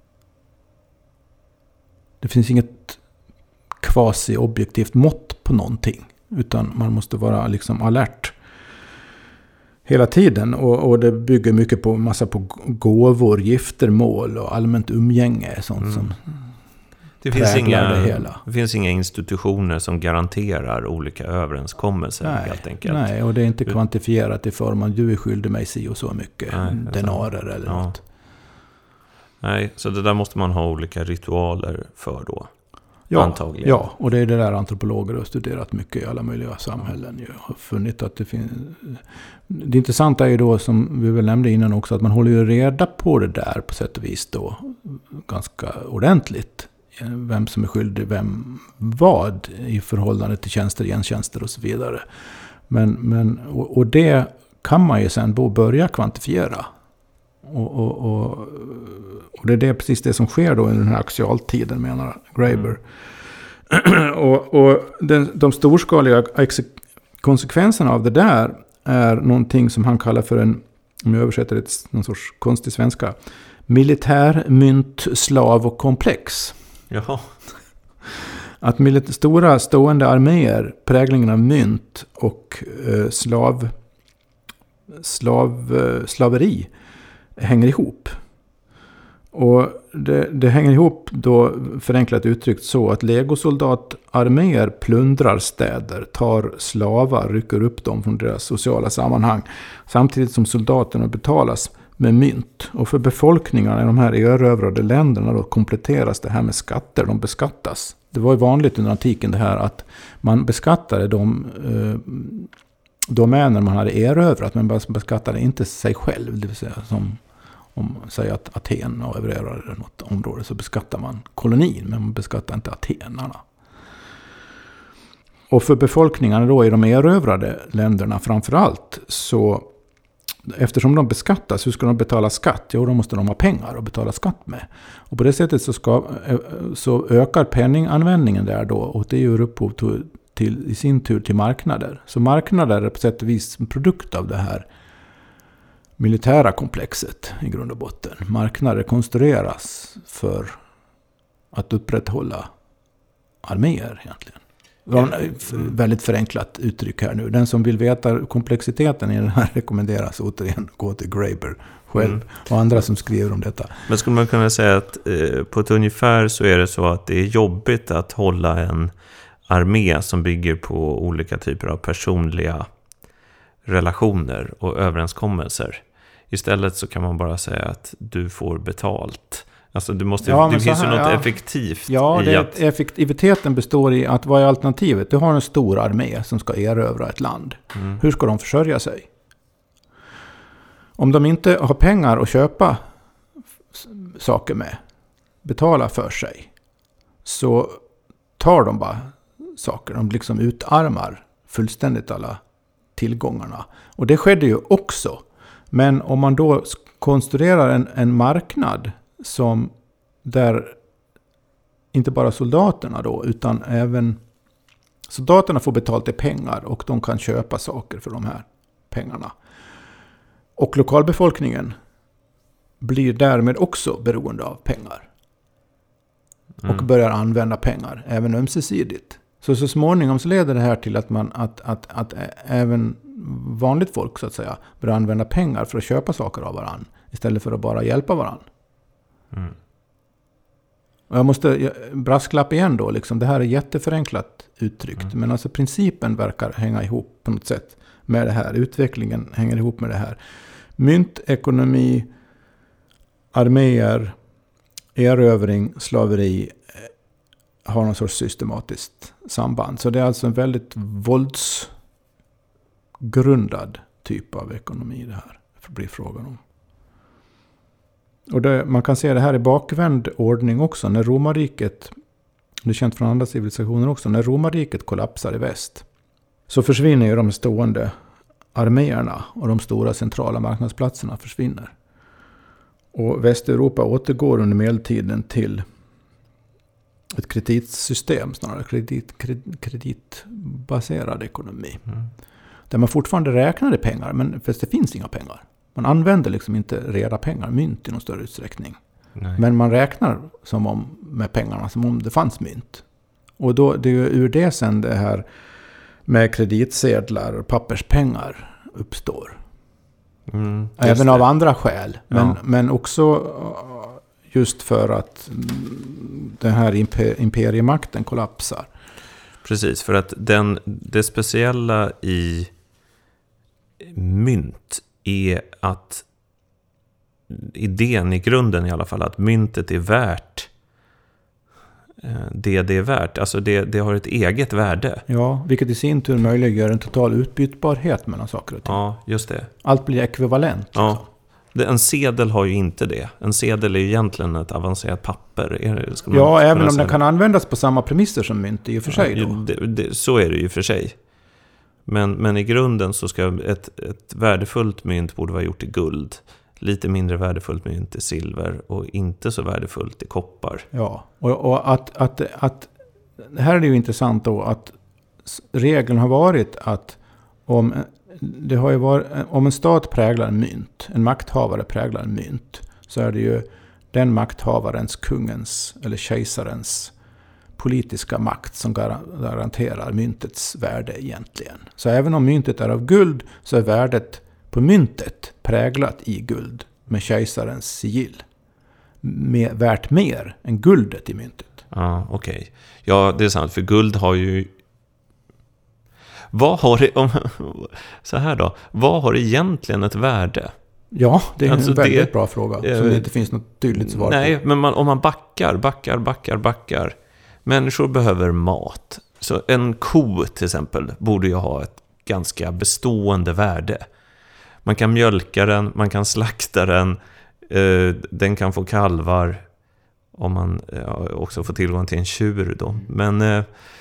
[SPEAKER 2] Det finns inget quasi-objektivt mått på någonting. Utan man måste vara liksom alert hela tiden. Och, och det bygger mycket på massa på gåvor, giftermål och allmänt umgänge. Sånt mm. som
[SPEAKER 1] det finns, inga,
[SPEAKER 2] det, hela.
[SPEAKER 1] det finns inga institutioner som garanterar olika överenskommelser
[SPEAKER 2] nej,
[SPEAKER 1] helt enkelt.
[SPEAKER 2] Nej, och det är inte kvantifierat i form av du är skyldig mig si och så mycket nej, denarer eller ja. något.
[SPEAKER 1] Nej, så det där måste man ha olika ritualer för då.
[SPEAKER 2] Ja,
[SPEAKER 1] antagligen.
[SPEAKER 2] Ja, och det är det där antropologer har studerat mycket i alla möjliga samhällen. Jag har funnit att det finns. Det intressanta är ju då, som vi väl nämnde innan också, att man håller ju reda på det där på sätt och vis då ganska ordentligt. Vem som är skyldig, vem vad i förhållande till tjänster, gentjänster och så vidare. Men, men, och, och det kan man ju sen då börja kvantifiera. Och, och, och, och det är det, precis det som sker då i den här axialtiden, menar Graeber. Mm. och och den, de storskaliga ex- konsekvenserna av det där är någonting som han kallar för en, om jag översätter det till någon sorts konstig svenska, militär, mynt, slav och komplex.
[SPEAKER 1] Jaha.
[SPEAKER 2] Att milita- stora stående arméer, präglingen av mynt och eh, slav slav, slaveri hänger ihop. Och det, det hänger ihop då, förenklat uttryckt, så att legosoldatarméer plundrar städer, tar slavar, rycker upp dem från deras sociala sammanhang, samtidigt som soldaterna betalas med mynt. Och för befolkningarna i de här erövrade länderna då kompletteras det här med skatter, de beskattas. Det var ju vanligt under antiken det här att man beskattade de eh, domäner man hade erövrat, men beskattade inte sig själv, det vill säga som om säger att Aten övererade något område så beskattar man kolonin, men man beskattar inte atenarna. Och för befolkningarna då i de erövrade länderna framförallt, så eftersom de beskattas, hur ska de betala skatt? Jo, då måste de ha pengar att betala skatt med. Och på det sättet så, ska, så ökar penninganvändningen där då, och det gör upphov till, till, i sin tur till marknader. Så marknader är på sätt och vis en produkt av det här militära komplexet i grund och botten. Marknader konstrueras för att upprätthålla arméer egentligen. Det var ett väldigt förenklat uttryck här nu. Den som vill veta komplexiteten i den här rekommenderas återigen gå till Graeber själv mm. och andra som skriver om detta.
[SPEAKER 1] Men skulle man kunna säga att eh, på ett ungefär så är det så att det är jobbigt att hålla en armé som bygger på olika typer av personliga relationer och överenskommelser. Istället så kan man bara säga att du får betalt. Alltså du måste,
[SPEAKER 2] ja,
[SPEAKER 1] det finns
[SPEAKER 2] här,
[SPEAKER 1] ju något
[SPEAKER 2] ja.
[SPEAKER 1] effektivt
[SPEAKER 2] ja,
[SPEAKER 1] i
[SPEAKER 2] det,
[SPEAKER 1] att...
[SPEAKER 2] effektiviteten består i att vad är alternativet? Du har en stor armé som ska erövra ett land. Mm. Hur ska de försörja sig? Om de inte har pengar att köpa saker med, betala för sig, så tar de bara saker. De liksom utarmar fullständigt alla tillgångarna. Och det skedde ju också. Men om man då konstruerar en, en marknad som där inte bara soldaterna då, utan även soldaterna får betalt i pengar och de kan köpa saker för de här pengarna. Och lokalbefolkningen blir därmed också beroende av pengar. Mm. Och börjar använda pengar, även ömsesidigt. Så så småningom så leder det här till att man att, att, att även vanligt folk så att säga börjar använda pengar för att köpa saker av varann istället för att bara hjälpa varann. Mm. Och jag måste brasklapp igen då liksom, det här är jätteförenklat uttryckt, mm. men alltså principen verkar hänga ihop på något sätt med det här. Utvecklingen hänger ihop med det här. Myntekonomi, arméer, erövring, slaveri har någon sorts systematiskt samband. Så det är alltså en väldigt våldsgrundad typ av ekonomi det här blir frågan om. Och det, man kan se det här i bakvänd ordning också. När romarriket, det är känt från andra civilisationer också, när romarriket kollapsar i väst så försvinner ju de stående arméerna och de stora centrala marknadsplatserna försvinner. Och Västeuropa återgår under medeltiden till ett kreditsystem, snarare kredit, kredit, kreditbaserad ekonomi. Mm. Där man fortfarande räknade pengar, men fast det finns inga pengar. Man använder liksom inte reda pengar, mynt i någon större utsträckning. Nej. Men man räknar som om, med pengarna som om det fanns mynt. Och då, det är ju ur det sen det här med kreditsedlar och papperspengar uppstår. Mm, Även det. Av andra skäl. Men, ja. men också just för att den här imper- imperiemakten kollapsar.
[SPEAKER 1] Precis, för att den, det speciella i mynt är att idén i grunden i alla fall att myntet är värt det det är värt. Alltså det, det har ett eget värde.
[SPEAKER 2] Ja, vilket i sin tur möjliggör en total utbytbarhet mellan saker och ting.
[SPEAKER 1] Ja, just det.
[SPEAKER 2] Allt blir ekvivalent.
[SPEAKER 1] Ja. Liksom. En sedel har ju inte det. En sedel är ju egentligen ett avancerat papper. Är,
[SPEAKER 2] ja, även om den kan användas på samma premisser som mynt i och för sig. Då.
[SPEAKER 1] Ja, det, det, så är det ju för sig. Men, men i grunden så ska ett, ett värdefullt mynt borde vara gjort i guld. Lite mindre värdefullt mynt i silver och inte så värdefullt i koppar.
[SPEAKER 2] Ja, och, och att, att, att här är det ju intressant då att regeln har varit att om, det har ju varit, om en stat präglar en mynt, en makthavare präglar en mynt, så är det ju den makthavarens, kungens eller kejsarens politiska makt som garanterar myntets värde egentligen. Så även om myntet är av guld så är värdet på myntet präglat i guld med kejsarens sigill. Med, värt mer än guldet i myntet.
[SPEAKER 1] Ja, okej. Okay. Ja, det är sant. För guld har ju... Vad har det... Om, så här då. Vad har egentligen ett värde?
[SPEAKER 2] Ja, det är alltså en väldigt
[SPEAKER 1] det,
[SPEAKER 2] bra fråga. Eh, som det inte finns något tydligt svar
[SPEAKER 1] nej, på.
[SPEAKER 2] Nej,
[SPEAKER 1] men man, om man backar, backar, backar, backar. Människor behöver mat. Så en ko till exempel borde ju ha ett ganska bestående värde. Man kan mjölka den, man kan slakta den. Eh, den kan få kalvar om man ja, också får tillgång till en tjur då. Men eh,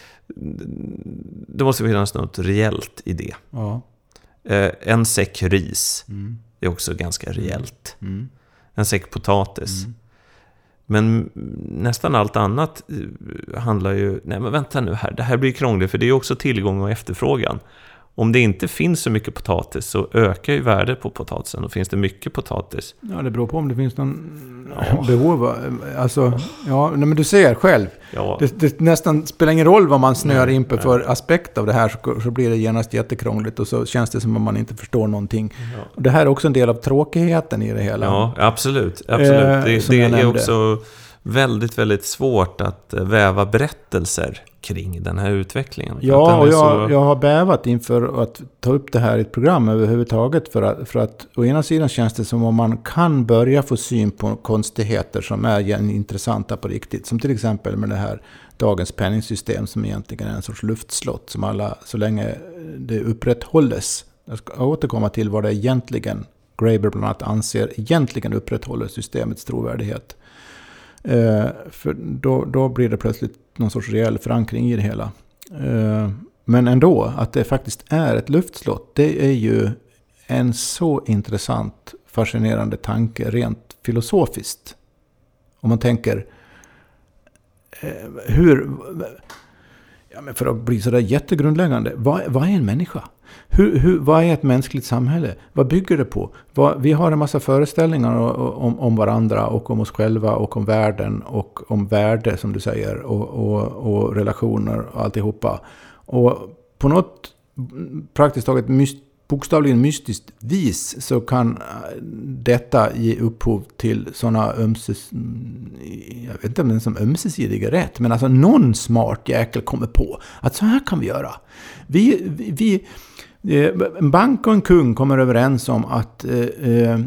[SPEAKER 1] det måste finnas något rejält i det.
[SPEAKER 2] Ja.
[SPEAKER 1] Eh, en säck ris
[SPEAKER 2] mm.
[SPEAKER 1] är också ganska rejält.
[SPEAKER 2] Mm.
[SPEAKER 1] En säck potatis.
[SPEAKER 2] Mm.
[SPEAKER 1] Men nästan allt annat handlar ju... Nej men vänta nu här, det här blir krångligt för det är ju också tillgång och efterfrågan. Om det inte finns så mycket potatis så ökar ju värdet på potatisen och finns det mycket potatis.
[SPEAKER 2] Ja, det beror på om det finns någon ja. behov. Alltså, ja, men du ser själv. Ja. Det, det nästan spelar ingen roll vad man snör in på för aspekt av det här så, så blir det genast jättekrångligt och så känns det som om man inte förstår någonting. Ja. Och det här är också en del av tråkigheten i det hela.
[SPEAKER 1] Ja, absolut. absolut. Eh, det det är också väldigt, väldigt svårt att väva berättelser kring den här utvecklingen.
[SPEAKER 2] Ja, och jag, så... jag har bävat inför att ta upp det här i ett program överhuvudtaget för att, för att å ena sidan känns det som om man kan börja få syn på konstigheter som är intressanta på riktigt. Som till exempel med det här dagens penningsystem som egentligen är en sorts luftslott som alla, så länge det upprätthålles. Jag ska återkomma till vad det egentligen, Graeber bland annat anser, egentligen upprätthåller systemets trovärdighet. Eh, för då, då blir det plötsligt någon sorts reell förankring i det hela. Eh, men ändå, att det faktiskt är ett luftslott, det är ju en så intressant, fascinerande tanke rent filosofiskt. Om man tänker eh, hur... Ja, men för att bli så där jättegrundläggande, vad, vad är en människa? Hur, hur, vad är ett mänskligt samhälle? Vad bygger det på? Vad, vi har en massa föreställningar om, om varandra och om oss själva och om världen och om värde som du säger och, och, och relationer och alltihopa. Och på något praktiskt taget myst, bokstavligen mystiskt vis så kan detta ge upphov till sådana ömses... Jag vet inte om det är som ömsesidiga rätt, men alltså någon smart jäkel kommer på att så här kan vi göra. Vi... vi En bank och en kung kommer överens om att eh,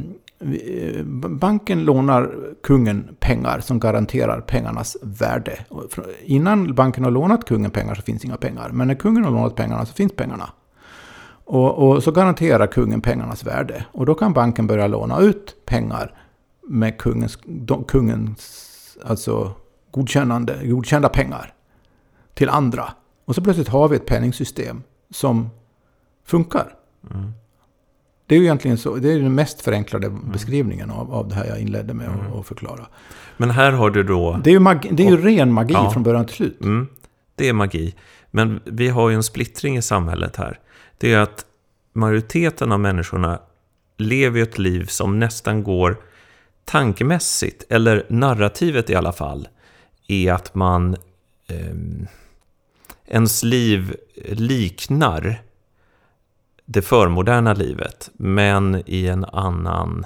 [SPEAKER 2] banken lånar kungen pengar som garanterar pengarnas värde. Innan banken har lånat kungen pengar så finns inga pengar. Men när kungen har lånat pengarna så finns pengarna. Och, och så garanterar kungen pengarnas värde. Och då kan banken börja låna ut pengar med kungens, kungens alltså godkännande, godkända pengar till andra. Och så plötsligt har vi ett penningsystem som funkar. Mm. Det är ju egentligen så, det är den mest förenklade mm. beskrivningen av, av det här jag inledde med mm. att, att förklara.
[SPEAKER 1] Men här har du då...
[SPEAKER 2] Det är ju, magi, det är ju och, ren magi ja, från början till slut.
[SPEAKER 1] Mm, det är magi. Men vi har ju en splittring i samhället här. Det är att majoriteten av människorna lever ett liv som nästan går tankemässigt, eller narrativet i alla fall, är att man eh, ens liv liknar det förmoderna livet, men i en annan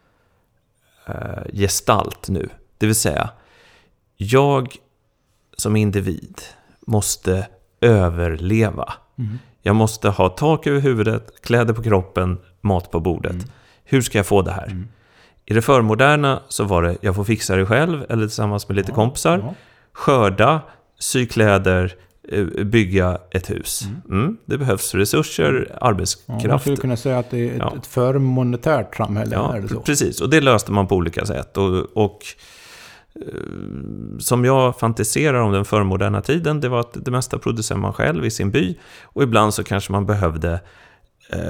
[SPEAKER 1] eh, gestalt nu. Det vill säga, jag som individ måste överleva. Mm. Jag måste ha tak över huvudet, kläder på kroppen, mat på bordet. Mm. Hur ska jag få det här? Mm. I det förmoderna så var det, jag får fixa det själv eller tillsammans med lite ja, kompisar. Ja. Skörda, sy kläder, bygga ett hus. Mm. Mm. Det behövs resurser, arbetskraft. Ja, man skulle kunna
[SPEAKER 2] säga att det är ett, ja. ett förmonetärt samhälle.
[SPEAKER 1] Ja,
[SPEAKER 2] är det så?
[SPEAKER 1] Precis. Och det löste man på olika sätt. Och, och eh, som jag fantiserar om den förmoderna tiden, det var att det mesta producerade man själv i sin by. Och ibland så kanske man behövde eh,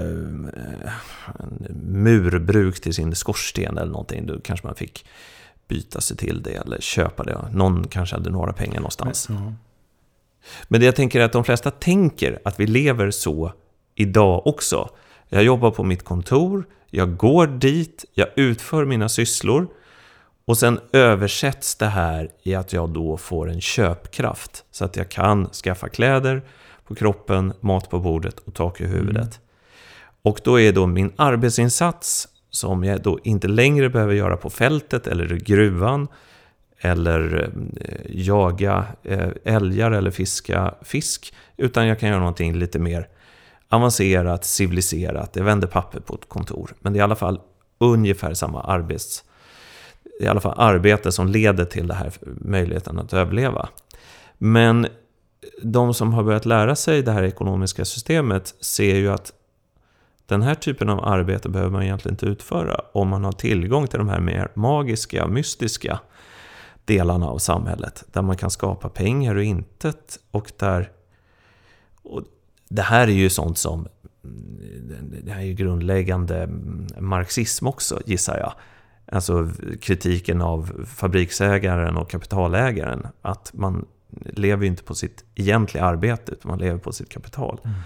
[SPEAKER 1] en murbruk till sin skorsten eller någonting. Då kanske man fick byta sig till det eller köpa det. Någon kanske hade några pengar någonstans. Men, ja. Men det jag tänker är att de flesta tänker att vi lever så idag också. Jag jobbar på mitt kontor, jag går dit, jag utför mina sysslor och sen översätts det här i att jag då får en köpkraft så att jag kan skaffa kläder på kroppen, mat på bordet och tak i huvudet. Mm. Och då är då min arbetsinsats, som jag då inte längre behöver göra på fältet eller i gruvan, eller eh, jaga eh, älgar eller fiska fisk, utan jag kan göra någonting lite mer avancerat, civiliserat. Jag vänder papper på ett kontor, men det är i alla fall ungefär samma arbets, i alla fall arbete som leder till det här möjligheten att överleva. Men de som har börjat lära sig det här ekonomiska systemet ser ju att den här typen av arbete behöver man egentligen inte utföra om man har tillgång till de här mer magiska, mystiska delarna av samhället, där man kan skapa pengar och intet, och där och det här är ju sånt som det här är ju grundläggande marxism också, gissar jag. Alltså kritiken av fabriksägaren och kapitalägaren, att man lever inte på sitt egentliga arbete, utan man lever på sitt kapital. Mm.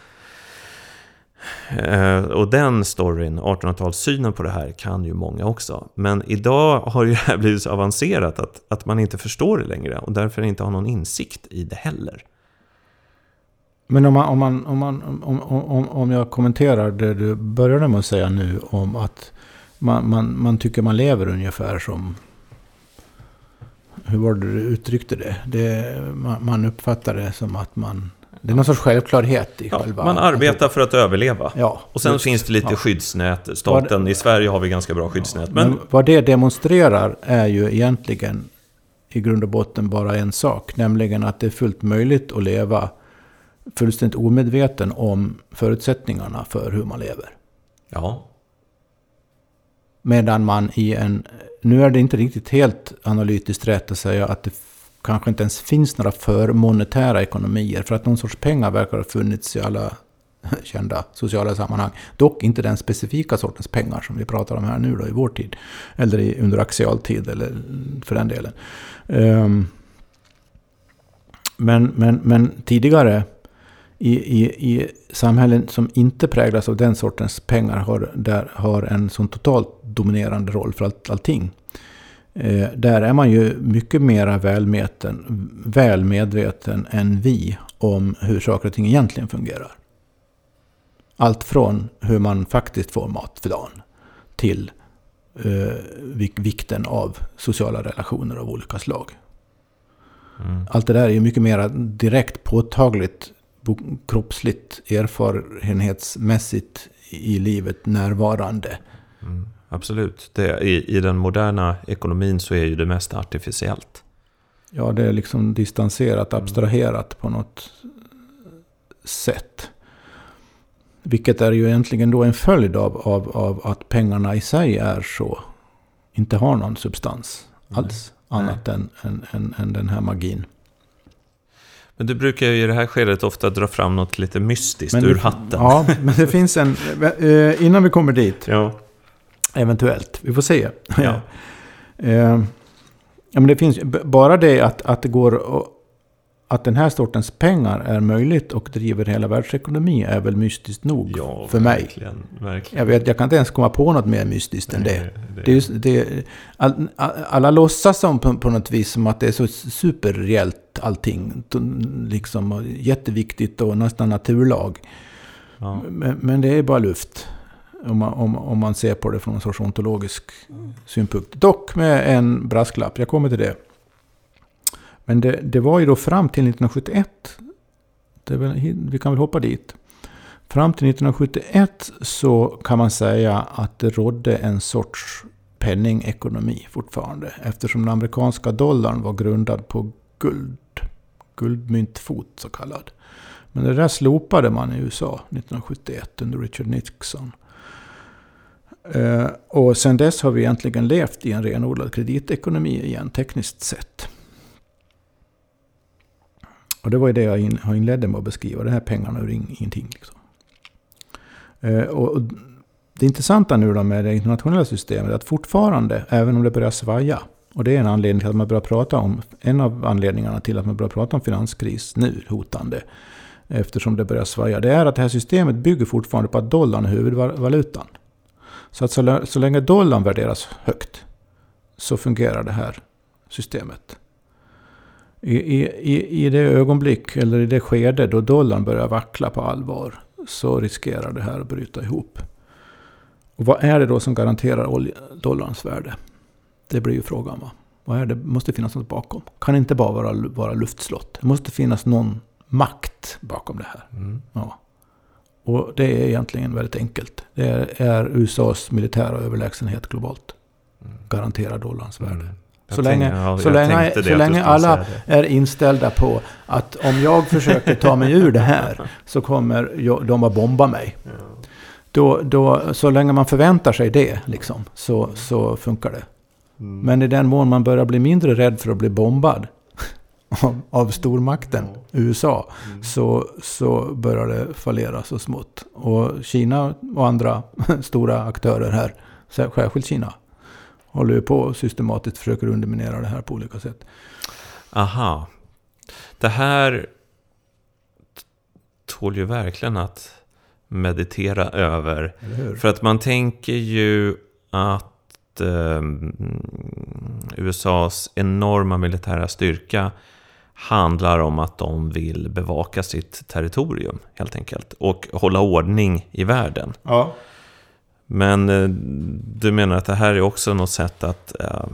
[SPEAKER 1] Uh, och den storyn, artonhundratalssynen på det här, kan ju många också. Men idag har ju det här blivit så avancerat att, att man inte förstår det längre, och därför inte har någon insikt i det heller.
[SPEAKER 2] Men om, man, om, man, om, man, om, om, om jag kommenterar det du började med att säga nu, om att man, man, man tycker man lever ungefär som, hur var det du uttryckte det? det man, man uppfattar det som att man, det är någon sorts självklarhet i
[SPEAKER 1] ja,
[SPEAKER 2] själva.
[SPEAKER 1] Man arbetar för att överleva.
[SPEAKER 2] Ja,
[SPEAKER 1] och sen
[SPEAKER 2] just,
[SPEAKER 1] finns det lite ja. skyddsnät. Staten, det, i Sverige har vi ganska bra skyddsnät.
[SPEAKER 2] Ja,
[SPEAKER 1] men...
[SPEAKER 2] men vad det demonstrerar är ju egentligen i grund och botten bara en sak. Nämligen att det är fullt möjligt att leva fullständigt omedveten om förutsättningarna för hur man lever.
[SPEAKER 1] Ja.
[SPEAKER 2] Medan man i en, nu är det inte riktigt helt analytiskt rätt att säga att det f- kanske inte ens finns några förmonetära ekonomier, för att någon sorts pengar verkar ha funnits i alla kända sociala sammanhang. Dock inte den specifika sortens pengar som vi pratar om här nu då i vår tid, eller i, under axialtid, eller för den delen. Um, men, men, men tidigare I, i, i samhällen som inte präglas av den sortens pengar har, där har en sån totalt dominerande roll för allt, allting. Eh, där är man ju mycket mer välmedveten, välmedveten än vi om hur saker och ting egentligen fungerar. Allt från hur man faktiskt får mat för dagen till eh, vikten av sociala relationer av olika slag. Mm. Allt det där är ju mycket mer direkt påtagligt, kroppsligt, erfarenhetsmässigt i livet närvarande.
[SPEAKER 1] Mm, absolut. Det, i, I den moderna ekonomin så är ju det mest artificiellt.
[SPEAKER 2] Ja, det är liksom distanserat, abstraherat på något sätt. Vilket är ju egentligen då en följd av, av, av att pengarna i sig är så, inte har någon substans alls, Nej. annat än, än, än, än den här magin.
[SPEAKER 1] Men du brukar ju i det här skedet ofta dra fram något lite mystiskt
[SPEAKER 2] men
[SPEAKER 1] ur
[SPEAKER 2] det,
[SPEAKER 1] hatten.
[SPEAKER 2] Ja, men det finns en... Eh, innan vi kommer dit,
[SPEAKER 1] ja.
[SPEAKER 2] eventuellt, vi får se.
[SPEAKER 1] Ja.
[SPEAKER 2] eh, ja, men det finns bara det att, att det går... Att den här sortens pengar är möjligt och driver hela världsekonomi är väl mystiskt nog
[SPEAKER 1] ja,
[SPEAKER 2] för mig.
[SPEAKER 1] Verkligen, verkligen.
[SPEAKER 2] Jag vet, jag kan inte ens komma på något mer mystiskt Nej, än det.
[SPEAKER 1] det.
[SPEAKER 2] det, är, det all, alla låtsas som på, på något vis som att det är så superreellt allting. Liksom jätteviktigt och nästan naturlag.
[SPEAKER 1] Ja.
[SPEAKER 2] Men, men det är bara luft. Om man, om, om man ser på det från en sorts ontologisk mm. synpunkt. Dock med en brasklapp, jag kommer till det. Men det, det var ju då fram till nittonhundrasjuttioett, det väl, vi kan väl hoppa dit. Fram till nittonhundrasjuttioett så kan man säga att det rådde en sorts penningekonomi fortfarande. Eftersom den amerikanska dollarn var grundad på guld, guldmyntfot så kallad. Men det där slopade man i U S A nittonhundrasjuttioett under Richard Nixon. Uh, och sen dess har vi egentligen levt i en renodlad kreditekonomi igen, tekniskt sett. Och det var ju det jag in, har inledde med att beskriva. Det här pengarna är ingenting. Liksom. Uh, och, och det intressanta nu då med det internationella systemet är att fortfarande, även om det börjar svaja, och det är en anledning till att man börjar prata om, en av anledningarna till att man börjar prata om finanskris nu, hotande, eftersom det börjar svaja, det är att det här systemet bygger fortfarande på att dollarn är huvudvalutan. Så att så, så länge dollarn värderas högt så fungerar det här systemet. I, i, i det ögonblick eller i det skede då dollarn börjar vackla på allvar så riskerar det här att bryta ihop. Och vad är det då som garanterar oljedollarns värde? Det blir ju frågan, va? Vad är det? Måste finnas något bakom. Kan inte bara vara, vara luftslott. Det måste finnas någon makt bakom det här. Mm. Ja. Och det är egentligen väldigt enkelt. Det är, är U S A:s militära överlägsenhet globalt. Mm. Garanterar dollarns värde. Mm. Så länge, ja, så länge, så länge alla är inställda på att om jag försöker ta mig ur det här så kommer jag, de att bomba mig. Ja. Då, då, så länge man förväntar sig det liksom, så, så funkar det. Mm. Men i den mån man börjar bli mindre rädd för att bli bombad av, av stormakten, mm. U S A, mm. så, så börjar det fallera så smått. Och Kina och andra stora aktörer här, särskilt Kina, håller ju på och systematiskt försöker underminera det här på olika sätt.
[SPEAKER 1] Aha. Det här tål ju verkligen att meditera över. För att man tänker ju att eh, U S A:s enorma militära styrka handlar om att de vill bevaka sitt territorium helt enkelt och hålla ordning i världen.
[SPEAKER 2] Ja.
[SPEAKER 1] Men eh, du menar att det här är också något sätt att eh,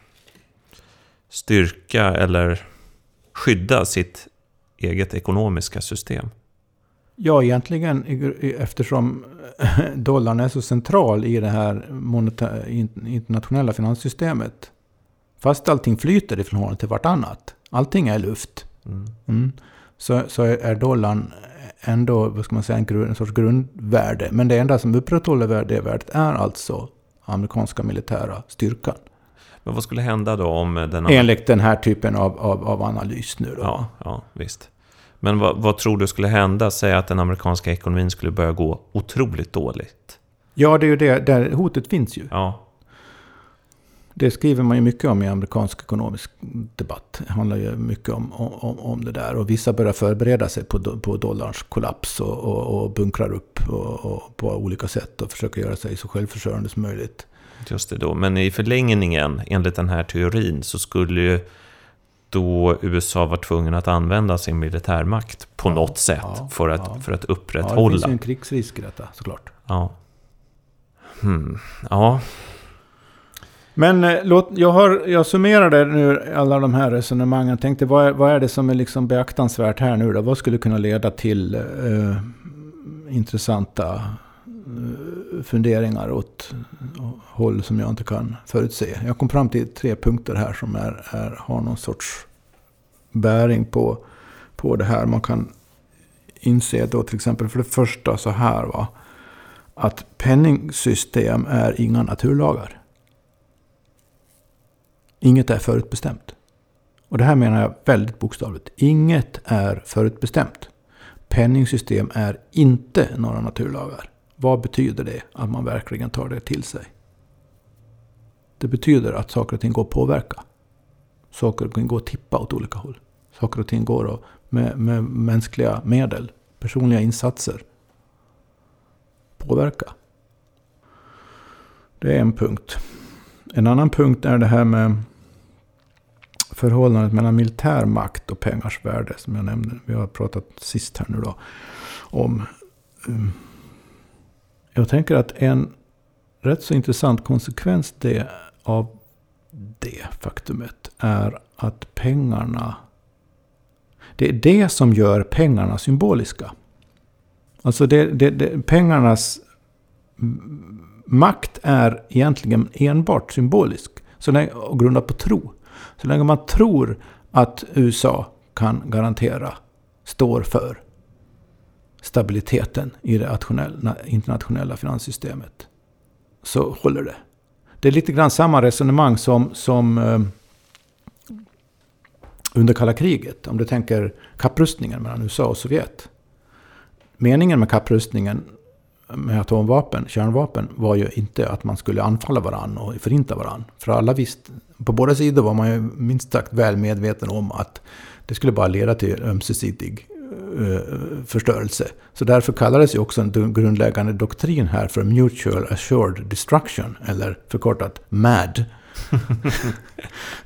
[SPEAKER 1] styrka eller skydda sitt eget ekonomiska system?
[SPEAKER 2] Ja, egentligen eftersom dollarn är så central i det här monetär, internationella finanssystemet. Fast allting flyter i förhållande till vartannat. Allting är luft. Mm. Mm. Så, så är dollarn ändå, vad ska man säga, en, grund, en sorts grundvärde. Men det enda som upprätthåller det värdet är alltså amerikanska militära styrkan.
[SPEAKER 1] Men vad skulle hända då om den...
[SPEAKER 2] Enligt den här typen av, av, av analys nu då?
[SPEAKER 1] Ja, ja visst. Men vad, vad tror du skulle hända? Säg att den amerikanska ekonomin skulle börja gå otroligt dåligt.
[SPEAKER 2] Ja, det är ju det. Där hotet finns ju.
[SPEAKER 1] Ja.
[SPEAKER 2] Det skriver man ju mycket om i amerikansk ekonomisk debatt. Det handlar ju mycket om, om, om det där. Och vissa börjar förbereda sig på, på dollarns kollaps och, och, och bunkrar upp och, och på olika sätt och försöker göra sig så självförsörjande som möjligt.
[SPEAKER 1] Just det då. Men i förlängningen, enligt den här teorin, så skulle ju då U S A var tvungen att använda sin militärmakt på ja, något sätt ja, för, att, ja. för att upprätthålla.
[SPEAKER 2] Ja, det finns ju en krigsrisk i detta, såklart.
[SPEAKER 1] Ja. Hmm. Ja.
[SPEAKER 2] Men eh, låt, jag, har, jag summerade nu alla de här resonemangen. Tänkte, vad är, vad är det som är liksom beaktansvärt här nu då? Vad skulle kunna leda till eh, intressanta eh, funderingar åt håll som jag inte kan förutse? Jag kom fram till tre punkter här som är, är, har någon sorts bäring på, på det här. Man kan inse då till exempel för det första så här, va, att penningsystem är inga naturlagar. Inget är förutbestämt. Och det här menar jag väldigt bokstavligt. Inget är förutbestämt. Penningsystem är inte några naturlagar. Vad betyder det att man verkligen tar det till sig? Det betyder att saker och ting går att påverka. Saker och ting går att tippa åt olika håll. Saker och ting går att med, med mänskliga medel, personliga insatser, påverka. Det är en punkt. En annan punkt är det här med förhållandet mellan militär makt och pengars värde som jag nämnde. Vi har pratat sist här nu då om. Um, jag tänker att en rätt så intressant konsekvens det, av det faktumet är att pengarna, det är det som gör pengarna symboliska. Alltså det, det, det, pengarnas makt är egentligen enbart symbolisk så länge, och grundad på tro. Så länge man tror att U S A kan garantera, står för stabiliteten i det internationella finanssystemet, så håller det. Det är lite grann samma resonemang som, som eh, under kalla kriget. Om du tänker kapprustningen mellan U S A och Sovjet. Meningen med kapprustningen med atomvapen, kärnvapen, var ju inte att man skulle anfalla varann och förinta varann. För alla visste, på båda sidor var man ju minst sagt väl medveten om att det skulle bara leda till ömsesidig uh, förstörelse. Så därför kallades ju också en grundläggande doktrin här för Mutual Assured Destruction, eller förkortat M A D.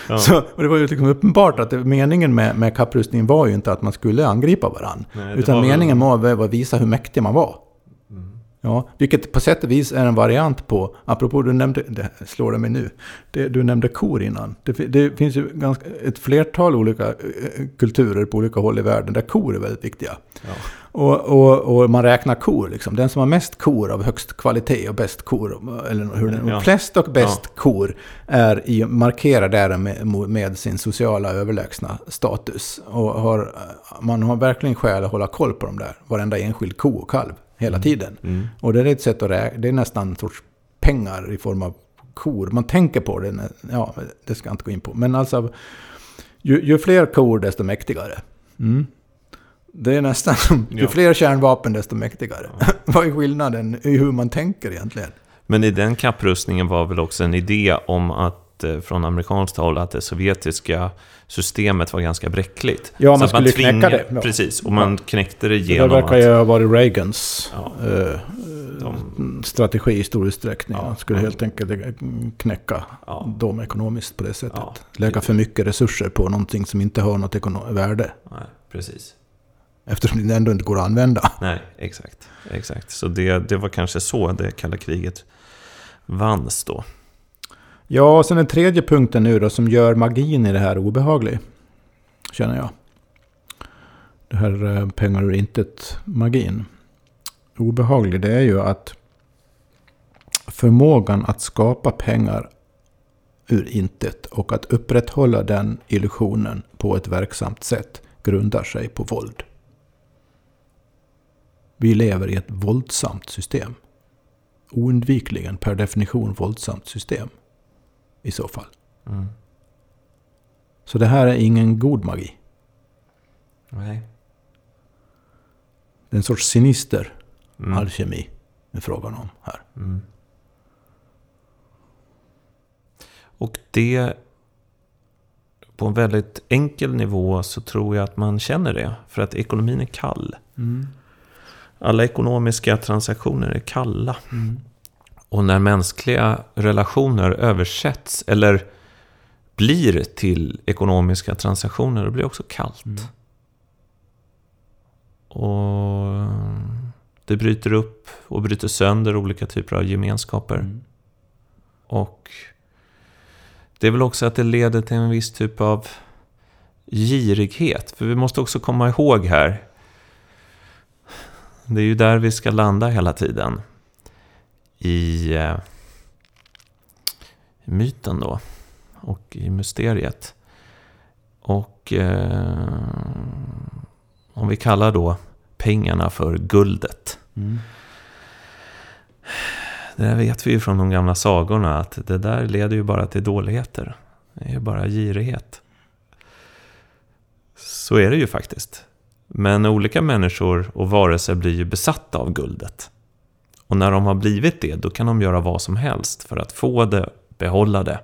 [SPEAKER 2] Ja. Så, och det var ju liksom uppenbart att det, meningen med, med kapprustningen var ju inte att man skulle angripa varandra. Nej, utan meningen väl... var, var att visa hur mäktig man var. Mm. Ja, vilket på sätt och vis är en variant på, apropå du nämnde, det slår det mig nu, det, du nämnde kor innan. Det, det finns ju ganska, ett flertal olika uh, kulturer på olika håll i världen där kor är väldigt viktiga. Ja. Och, och, och man räknar kor, liksom. Den som har mest kor av högst kvalitet och bäst kor, eller hur den, ja. flest och bäst ja. kor är i, markerar där med, med sin sociala överlägsna status. Och har, man har verkligen skäl att hålla koll på dem där, varenda enskild ko och kalv. Hela tiden. Mm. Och det är ett sätt att räkna. Det är nästan en sorts pengar i form av kor. Man tänker på det. Ja, det ska jag inte gå in på. Men alltså, ju, ju fler kor desto mäktigare. Mm. Det är nästan som, ju ja. fler kärnvapen desto mäktigare. Ja. Vad är skillnaden i hur man tänker egentligen?
[SPEAKER 1] Men i den kapprustningen var väl också en idé om att från amerikanskt håll att det sovjetiska systemet var ganska bräckligt.
[SPEAKER 2] Ja, man så skulle man tving... knäcka det. Ja.
[SPEAKER 1] Precis, och man knäckte det genom
[SPEAKER 2] det verkar ju ha varit Reagans ja. eh, de... strategi i stor utsträckning. Ja. Man skulle helt enkelt knäcka ja. dem ekonomiskt på det sättet. Ja. Lägga för mycket resurser på någonting som inte har något ekonom- värde.
[SPEAKER 1] Nej, precis.
[SPEAKER 2] Eftersom det ändå inte går att använda.
[SPEAKER 1] Nej, exakt. exakt. Så det, det var kanske så det kalla kriget vanns då.
[SPEAKER 2] Ja, och sen den tredje punkten nu då som gör magin i det här obehaglig, känner jag. Det här pengar ur intet magin. Obehaglig, det är ju att förmågan att skapa pengar ur intet och att upprätthålla den illusionen på ett verksamt sätt grundar sig på våld. Vi lever i ett våldsamt system. Oundvikligen per definition våldsamt system. I så fall. Mm. Så det här är ingen god magi.
[SPEAKER 1] Nej.
[SPEAKER 2] Det är en sorts sinister mm. alkemi är frågan om här. Mm.
[SPEAKER 1] Och det på en väldigt enkel nivå så tror jag att man känner det. För att ekonomin är kall. Mm. Alla ekonomiska transaktioner är kalla. Mm. Och när mänskliga relationer översätts eller blir till ekonomiska transaktioner, då blir det också kallt. Mm. Och det bryter upp och bryter sönder olika typer av gemenskaper. Mm. Och det är väl också att det leder till en viss typ av girighet. För vi måste också komma ihåg här, det är ju där vi ska landa hela tiden. I, eh, i myten då. Och i mysteriet. Och eh, om vi kallar då pengarna för guldet. Mm. Det där vet vi ju från de gamla sagorna att det där leder ju bara till dåligheter. Det är ju bara girighet. Så är det ju faktiskt. Men olika människor och varelser blir ju besatta av guldet. Och när de har blivit det, då kan de göra vad som helst för att få det, behålla det.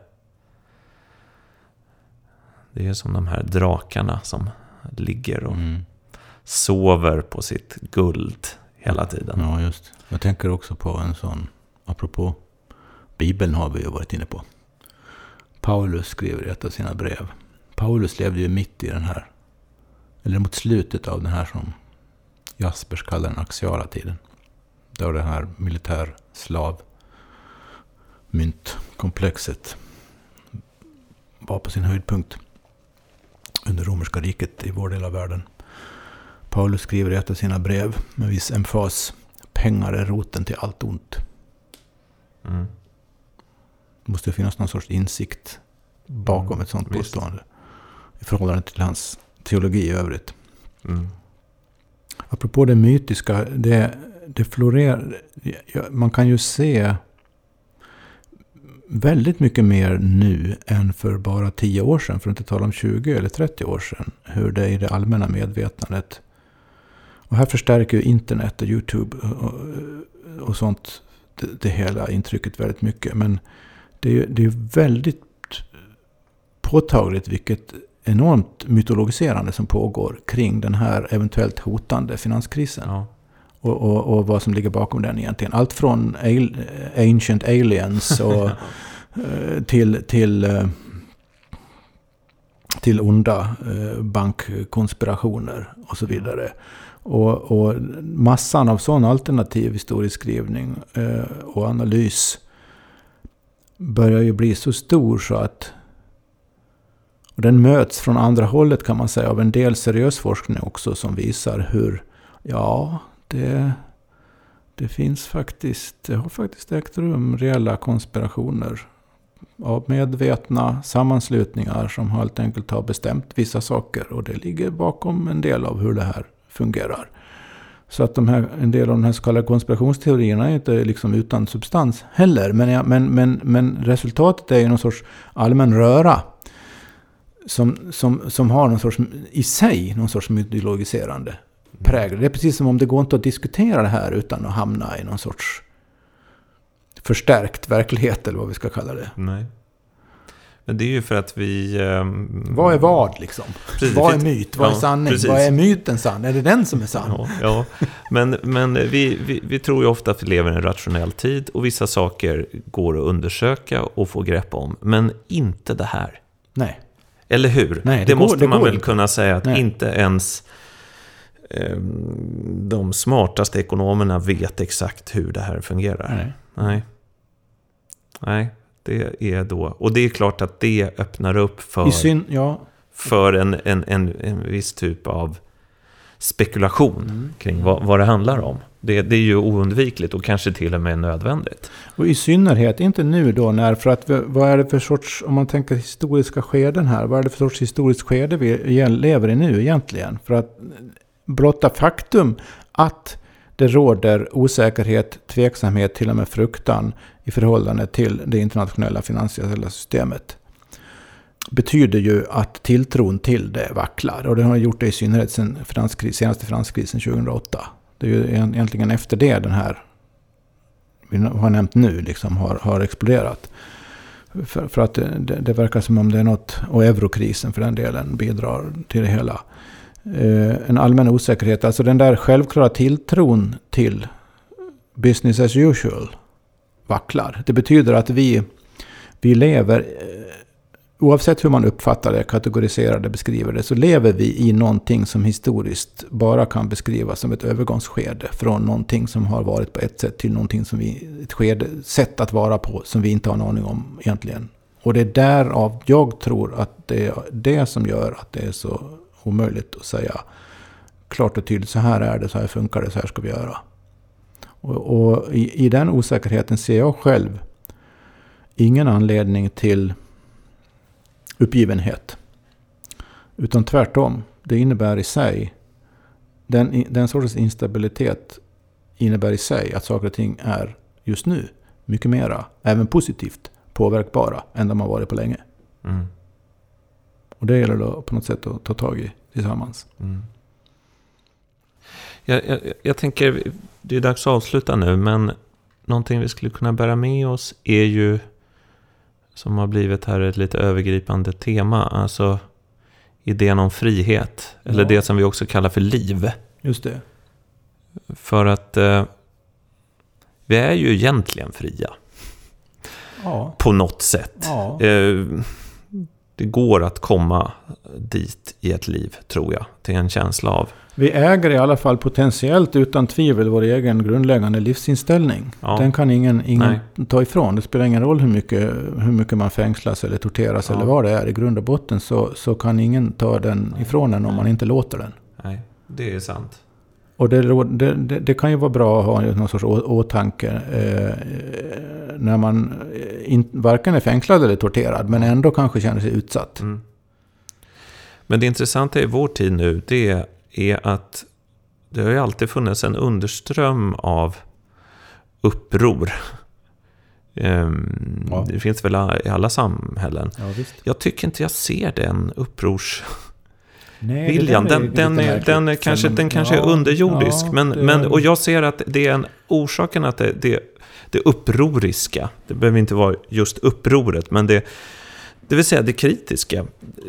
[SPEAKER 1] Det är som de här drakarna som ligger och mm. sover på sitt guld hela tiden.
[SPEAKER 2] Ja, just. Jag tänker också på en sån, apropå Bibeln har vi ju varit inne på. Paulus skriver i ett av sina brev. Paulus levde ju mitt i den här, eller mot slutet av den här som Jaspers kallar den axiala tiden. Där det här militär slav myntkomplexet var på sin höjdpunkt under romerska riket i vår del av världen. Paulus skriver i ett av sina brev med viss emfas: pengar är roten till allt ont. Mm. Det måste finnas någon sorts insikt bakom mm. ett sånt påstående i förhållande till hans teologi i övrigt. Mm. Apropå det mytiska, det, det florerar, man kan ju se väldigt mycket mer nu än för bara tio år sedan, för att inte tala om tjugo eller trettio år sedan, hur det är i det allmänna medvetandet. Och här förstärker ju internet och YouTube och, och sånt det, det hela intrycket väldigt mycket. Men det är, det är väldigt påtagligt vilket enormt mytologiserande som pågår kring den här eventuellt hotande finanskrisen. Ja. Och, och, och vad som ligger bakom den egentligen. Allt från al- Ancient Aliens och, till, till till onda eh, bankkonspirationer och så vidare. Och, och massan av sån alternativ historieskrivning eh, och analys börjar ju bli så stor så att, och den möts från andra hållet kan man säga av en del seriös forskning också som visar hur, ja, det, det finns faktiskt, det har faktiskt ägt rum reella konspirationer av medvetna sammanslutningar som helt enkelt har bestämt vissa saker, och det ligger bakom en del av hur det här fungerar. Så att de här, en del av de här så kallade konspirationsteorierna är inte liksom utan substans heller. Men, men, men, men resultatet är ju någon sorts allmän röra som, som, som har någon sorts, i sig någon sorts mytologiserande prägel. Det är precis som om det går inte att diskutera det här utan att hamna i någon sorts förstärkt verklighet eller vad vi ska kalla det.
[SPEAKER 1] Nej. Men det är ju för att vi... Um,
[SPEAKER 2] vad är vad liksom? Precis, vad är myt? Vad är
[SPEAKER 1] ja,
[SPEAKER 2] sanning?
[SPEAKER 1] Precis.
[SPEAKER 2] Vad är myten sann? Är det den som är sann?
[SPEAKER 1] Ja, ja. Men, men vi, vi, vi tror ju ofta att vi lever i en rationell tid och vissa saker går att undersöka och få grepp om. Men inte det här.
[SPEAKER 2] Nej.
[SPEAKER 1] Eller hur?
[SPEAKER 2] Nej, det,
[SPEAKER 1] det
[SPEAKER 2] går,
[SPEAKER 1] måste
[SPEAKER 2] det
[SPEAKER 1] man
[SPEAKER 2] går
[SPEAKER 1] väl
[SPEAKER 2] inte.
[SPEAKER 1] kunna säga att
[SPEAKER 2] Nej.
[SPEAKER 1] inte ens um, de smartaste ekonomerna vet exakt hur det här fungerar.
[SPEAKER 2] Nej.
[SPEAKER 1] Nej. Nej. Det är då, och det är klart att det öppnar upp för,
[SPEAKER 2] I syn, ja.
[SPEAKER 1] för en, en, en, en viss typ av spekulation mm. kring vad, vad det handlar om. Det, det är ju oundvikligt och kanske till och med nödvändigt.
[SPEAKER 2] Och i synnerhet, inte nu då, när, för att vad är det för sorts, om man tänker historiska skeden här, vad är det för sorts historiskt skede vi lever i nu egentligen? För att blotta faktum att det råder osäkerhet, tveksamhet, till och med fruktan i förhållande till det internationella finansiella systemet betyder ju att tilltron till det vacklar. Och det har gjort det i synnerhet sen finanskris, senaste finanskrisen tjugohundraåtta. Det är ju egentligen efter det den här, vi har nämnt nu, liksom har, har exploderat. För, för att det, det verkar som om det är något, och eurokrisen för den delen bidrar till det hela. Eh, en allmän osäkerhet, alltså den där självklara tilltron till business as usual vacklar. Det betyder att vi, vi lever, oavsett hur man uppfattar det, kategoriserar det, beskriver det, så lever vi i någonting som historiskt bara kan beskrivas som ett övergångsskede från någonting som har varit på ett sätt till någonting som vi, ett skede, sätt att vara på som vi inte har en aning om egentligen. Och det är därav jag tror att det är det som gör att det är så omöjligt att säga klart och tydligt, så här är det, så här funkar det, så här ska vi göra. Och, och i, i den osäkerheten ser jag själv ingen anledning till uppgivenhet. Utan tvärtom, det innebär i sig, den, den sortens instabilitet innebär i sig att saker och ting är just nu mycket mera, även positivt, påverkbara än de har varit på länge.
[SPEAKER 1] Mm.
[SPEAKER 2] Och det gäller då på något sätt att ta tag i tillsammans.
[SPEAKER 1] Mm. Jag, jag, jag tänker, det är dags att avsluta nu, men någonting vi skulle kunna bära med oss är ju, som har blivit här ett lite övergripande tema, alltså idén om frihet, ja. Eller det som vi också kallar för liv.
[SPEAKER 2] Just det.
[SPEAKER 1] För att eh, vi är ju egentligen fria.
[SPEAKER 2] Ja.
[SPEAKER 1] På något sätt.
[SPEAKER 2] Ja.
[SPEAKER 1] Eh, det går att komma dit i ett liv, tror jag, till en känsla av.
[SPEAKER 2] Vi äger i alla fall potentiellt utan tvivel vår egen grundläggande livsinställning. Ja. Den kan ingen, ingen ta ifrån. Det spelar ingen roll hur mycket, hur mycket man fängslas eller torteras ja. Eller vad det är. I grund och botten så, så kan ingen ta den ifrån en om man inte låter den.
[SPEAKER 1] Nej, det är sant.
[SPEAKER 2] Och det, det, det, det kan ju vara bra att ha någon sorts å, åtanke eh, när man in, varken är fängslad eller torterad, men ändå kanske känner sig utsatt.
[SPEAKER 1] Mm. Men det intressanta i vår tid nu, det är att det har ju alltid funnits en underström av uppror. Um, ja. Det finns väl i alla samhällen.
[SPEAKER 2] Ja, visst.
[SPEAKER 1] Jag tycker inte jag ser den upprors...
[SPEAKER 2] Nej,
[SPEAKER 1] viljan, den, den, är, den, är kanske, den kanske ja, är underjordisk, ja, men, det... men, och jag ser att det är en orsaken att det, det, det upproriska, det behöver inte vara just upproret, men det, det vill säga det kritiska.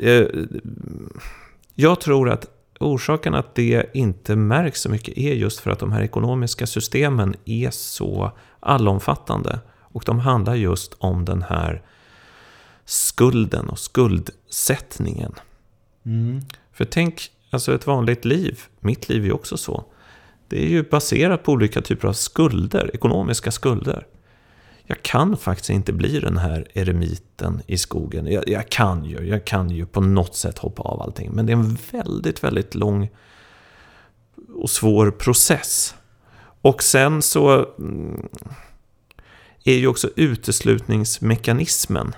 [SPEAKER 1] Jag tror att orsaken att det inte märks så mycket är just för att de här ekonomiska systemen är så allomfattande, och de handlar just om den här skulden och skuldsättningen.
[SPEAKER 2] Mm.
[SPEAKER 1] För tänk, alltså ett vanligt liv, mitt liv är ju också så. Det är ju baserat på olika typer av skulder, ekonomiska skulder. Jag kan faktiskt inte bli den här eremiten i skogen. Jag, jag kan ju, jag kan ju på något sätt hoppa av allting. Men det är en väldigt, väldigt lång och svår process. Och sen så mm, är ju också uteslutningsmekanismen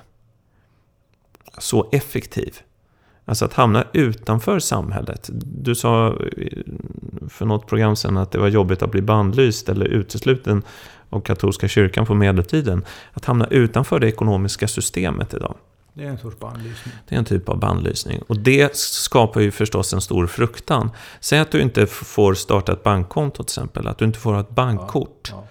[SPEAKER 1] så effektiv. Alltså att hamna utanför samhället. Du sa för något program sedan att det var jobbigt att bli bandlyst eller utesluten av katolska kyrkan på medeltiden. Att hamna utanför det ekonomiska systemet idag.
[SPEAKER 2] Det är en sorts bandlysning.
[SPEAKER 1] Det är en typ av bandlysning. Och det skapar ju förstås en stor fruktan. Säg att du inte får starta ett bankkonto till exempel. Att du inte får ha ett bankkort. Ja, ja.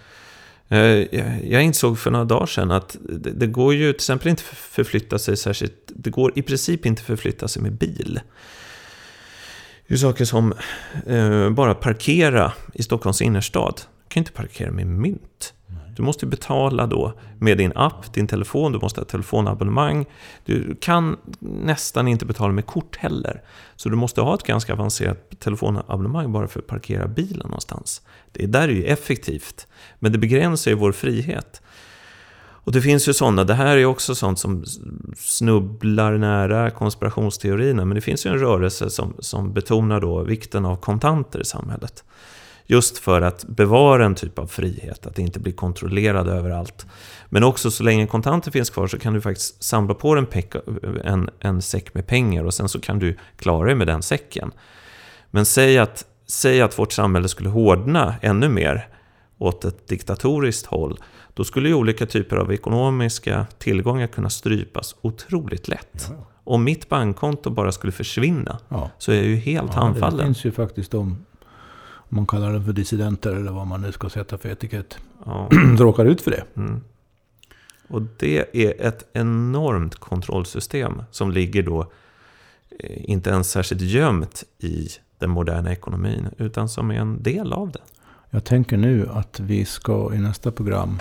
[SPEAKER 1] Jag insåg för några dagar sedan att det går ju till exempel inte förflytta sig särskilt. Det går i princip inte förflytta sig med bil. Det är saker som eh, bara parkera i Stockholms innerstad. Du kan inte parkera med mynt. Du måste betala då med din app, din telefon. Du måste ha telefonabonnemang. Du kan nästan inte betala med kort heller. Så du måste ha ett ganska avancerat telefonabonnemang bara för att parkera bilen någonstans. Det där är ju effektivt. Men det begränsar ju vår frihet. Och det finns ju sådana. Det här är också sånt som snubblar nära konspirationsteorierna. Men det finns ju en rörelse som, som betonar då vikten av kontanter i samhället. Just för att bevara en typ av frihet, att inte bli kontrollerad överallt. Men också så länge kontanter finns kvar så kan du faktiskt samla på en, pek- en, en säck med pengar och sen så kan du klara dig med den säcken. Men säg att, säg att vårt samhälle skulle hårdna ännu mer åt ett diktatoriskt håll, då skulle ju olika typer av ekonomiska tillgångar kunna strypas otroligt lätt. Ja. Om mitt bankkonto bara skulle försvinna ja. så är jag ju helt ja, handfallen.
[SPEAKER 2] Det finns ju faktiskt de, man kallar det för dissidenter eller vad man nu ska sätta för etikett, ja. råkar ut för det.
[SPEAKER 1] Mm. Och det är ett enormt kontrollsystem som ligger då eh, inte ens särskilt gömt i den moderna ekonomin utan som är en del av det.
[SPEAKER 2] Jag tänker nu att vi ska i nästa program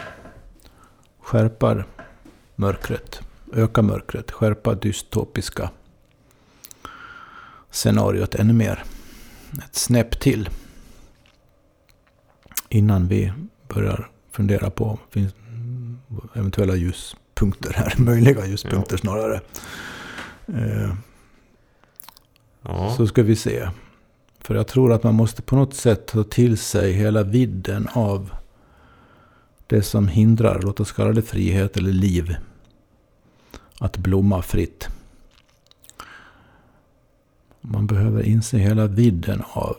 [SPEAKER 2] skärpa mörkret, öka mörkret, skärpa dystopiska scenariot ännu mer. Ett snäpp till. Innan vi börjar fundera på finns eventuella ljuspunkter här, möjliga ljuspunkter ja. snarare. Eh, ja. Så ska vi se. För jag tror att man måste på något sätt ta till sig hela vidden av det som hindrar, låt oss kalla det frihet eller liv, att blomma fritt. Man behöver inse hela vidden av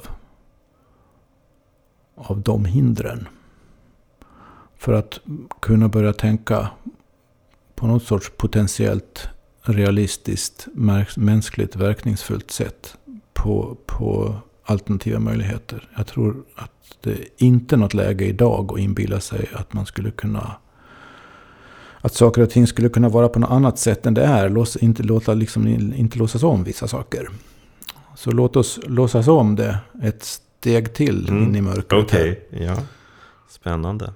[SPEAKER 2] av de hindren för att kunna börja tänka på något sorts potentiellt realistiskt, mänskligt, verkningsfullt sätt på, på alternativa möjligheter. Jag tror att det är inte något läge idag att inbilla sig att man skulle kunna att saker och ting skulle kunna vara på något annat sätt än det är. Lås, inte, låta, liksom, inte låtsas om vissa saker. Så låt oss låtsas om det ett steg till mm. in i mörkret.
[SPEAKER 1] Okej, okay. Ja. Spännande.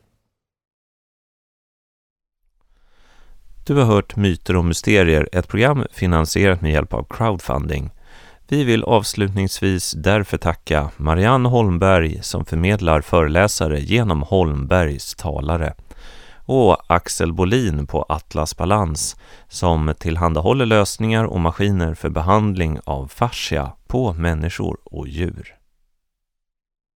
[SPEAKER 1] Du har hört Myter och mysterier, ett program finansierat med hjälp av crowdfunding. Vi vill avslutningsvis därför tacka Marianne Holmberg som förmedlar föreläsare genom Holmbergs talare och Axel Bolin på Atlas Balans som tillhandahåller lösningar och maskiner för behandling av fascia på människor och djur.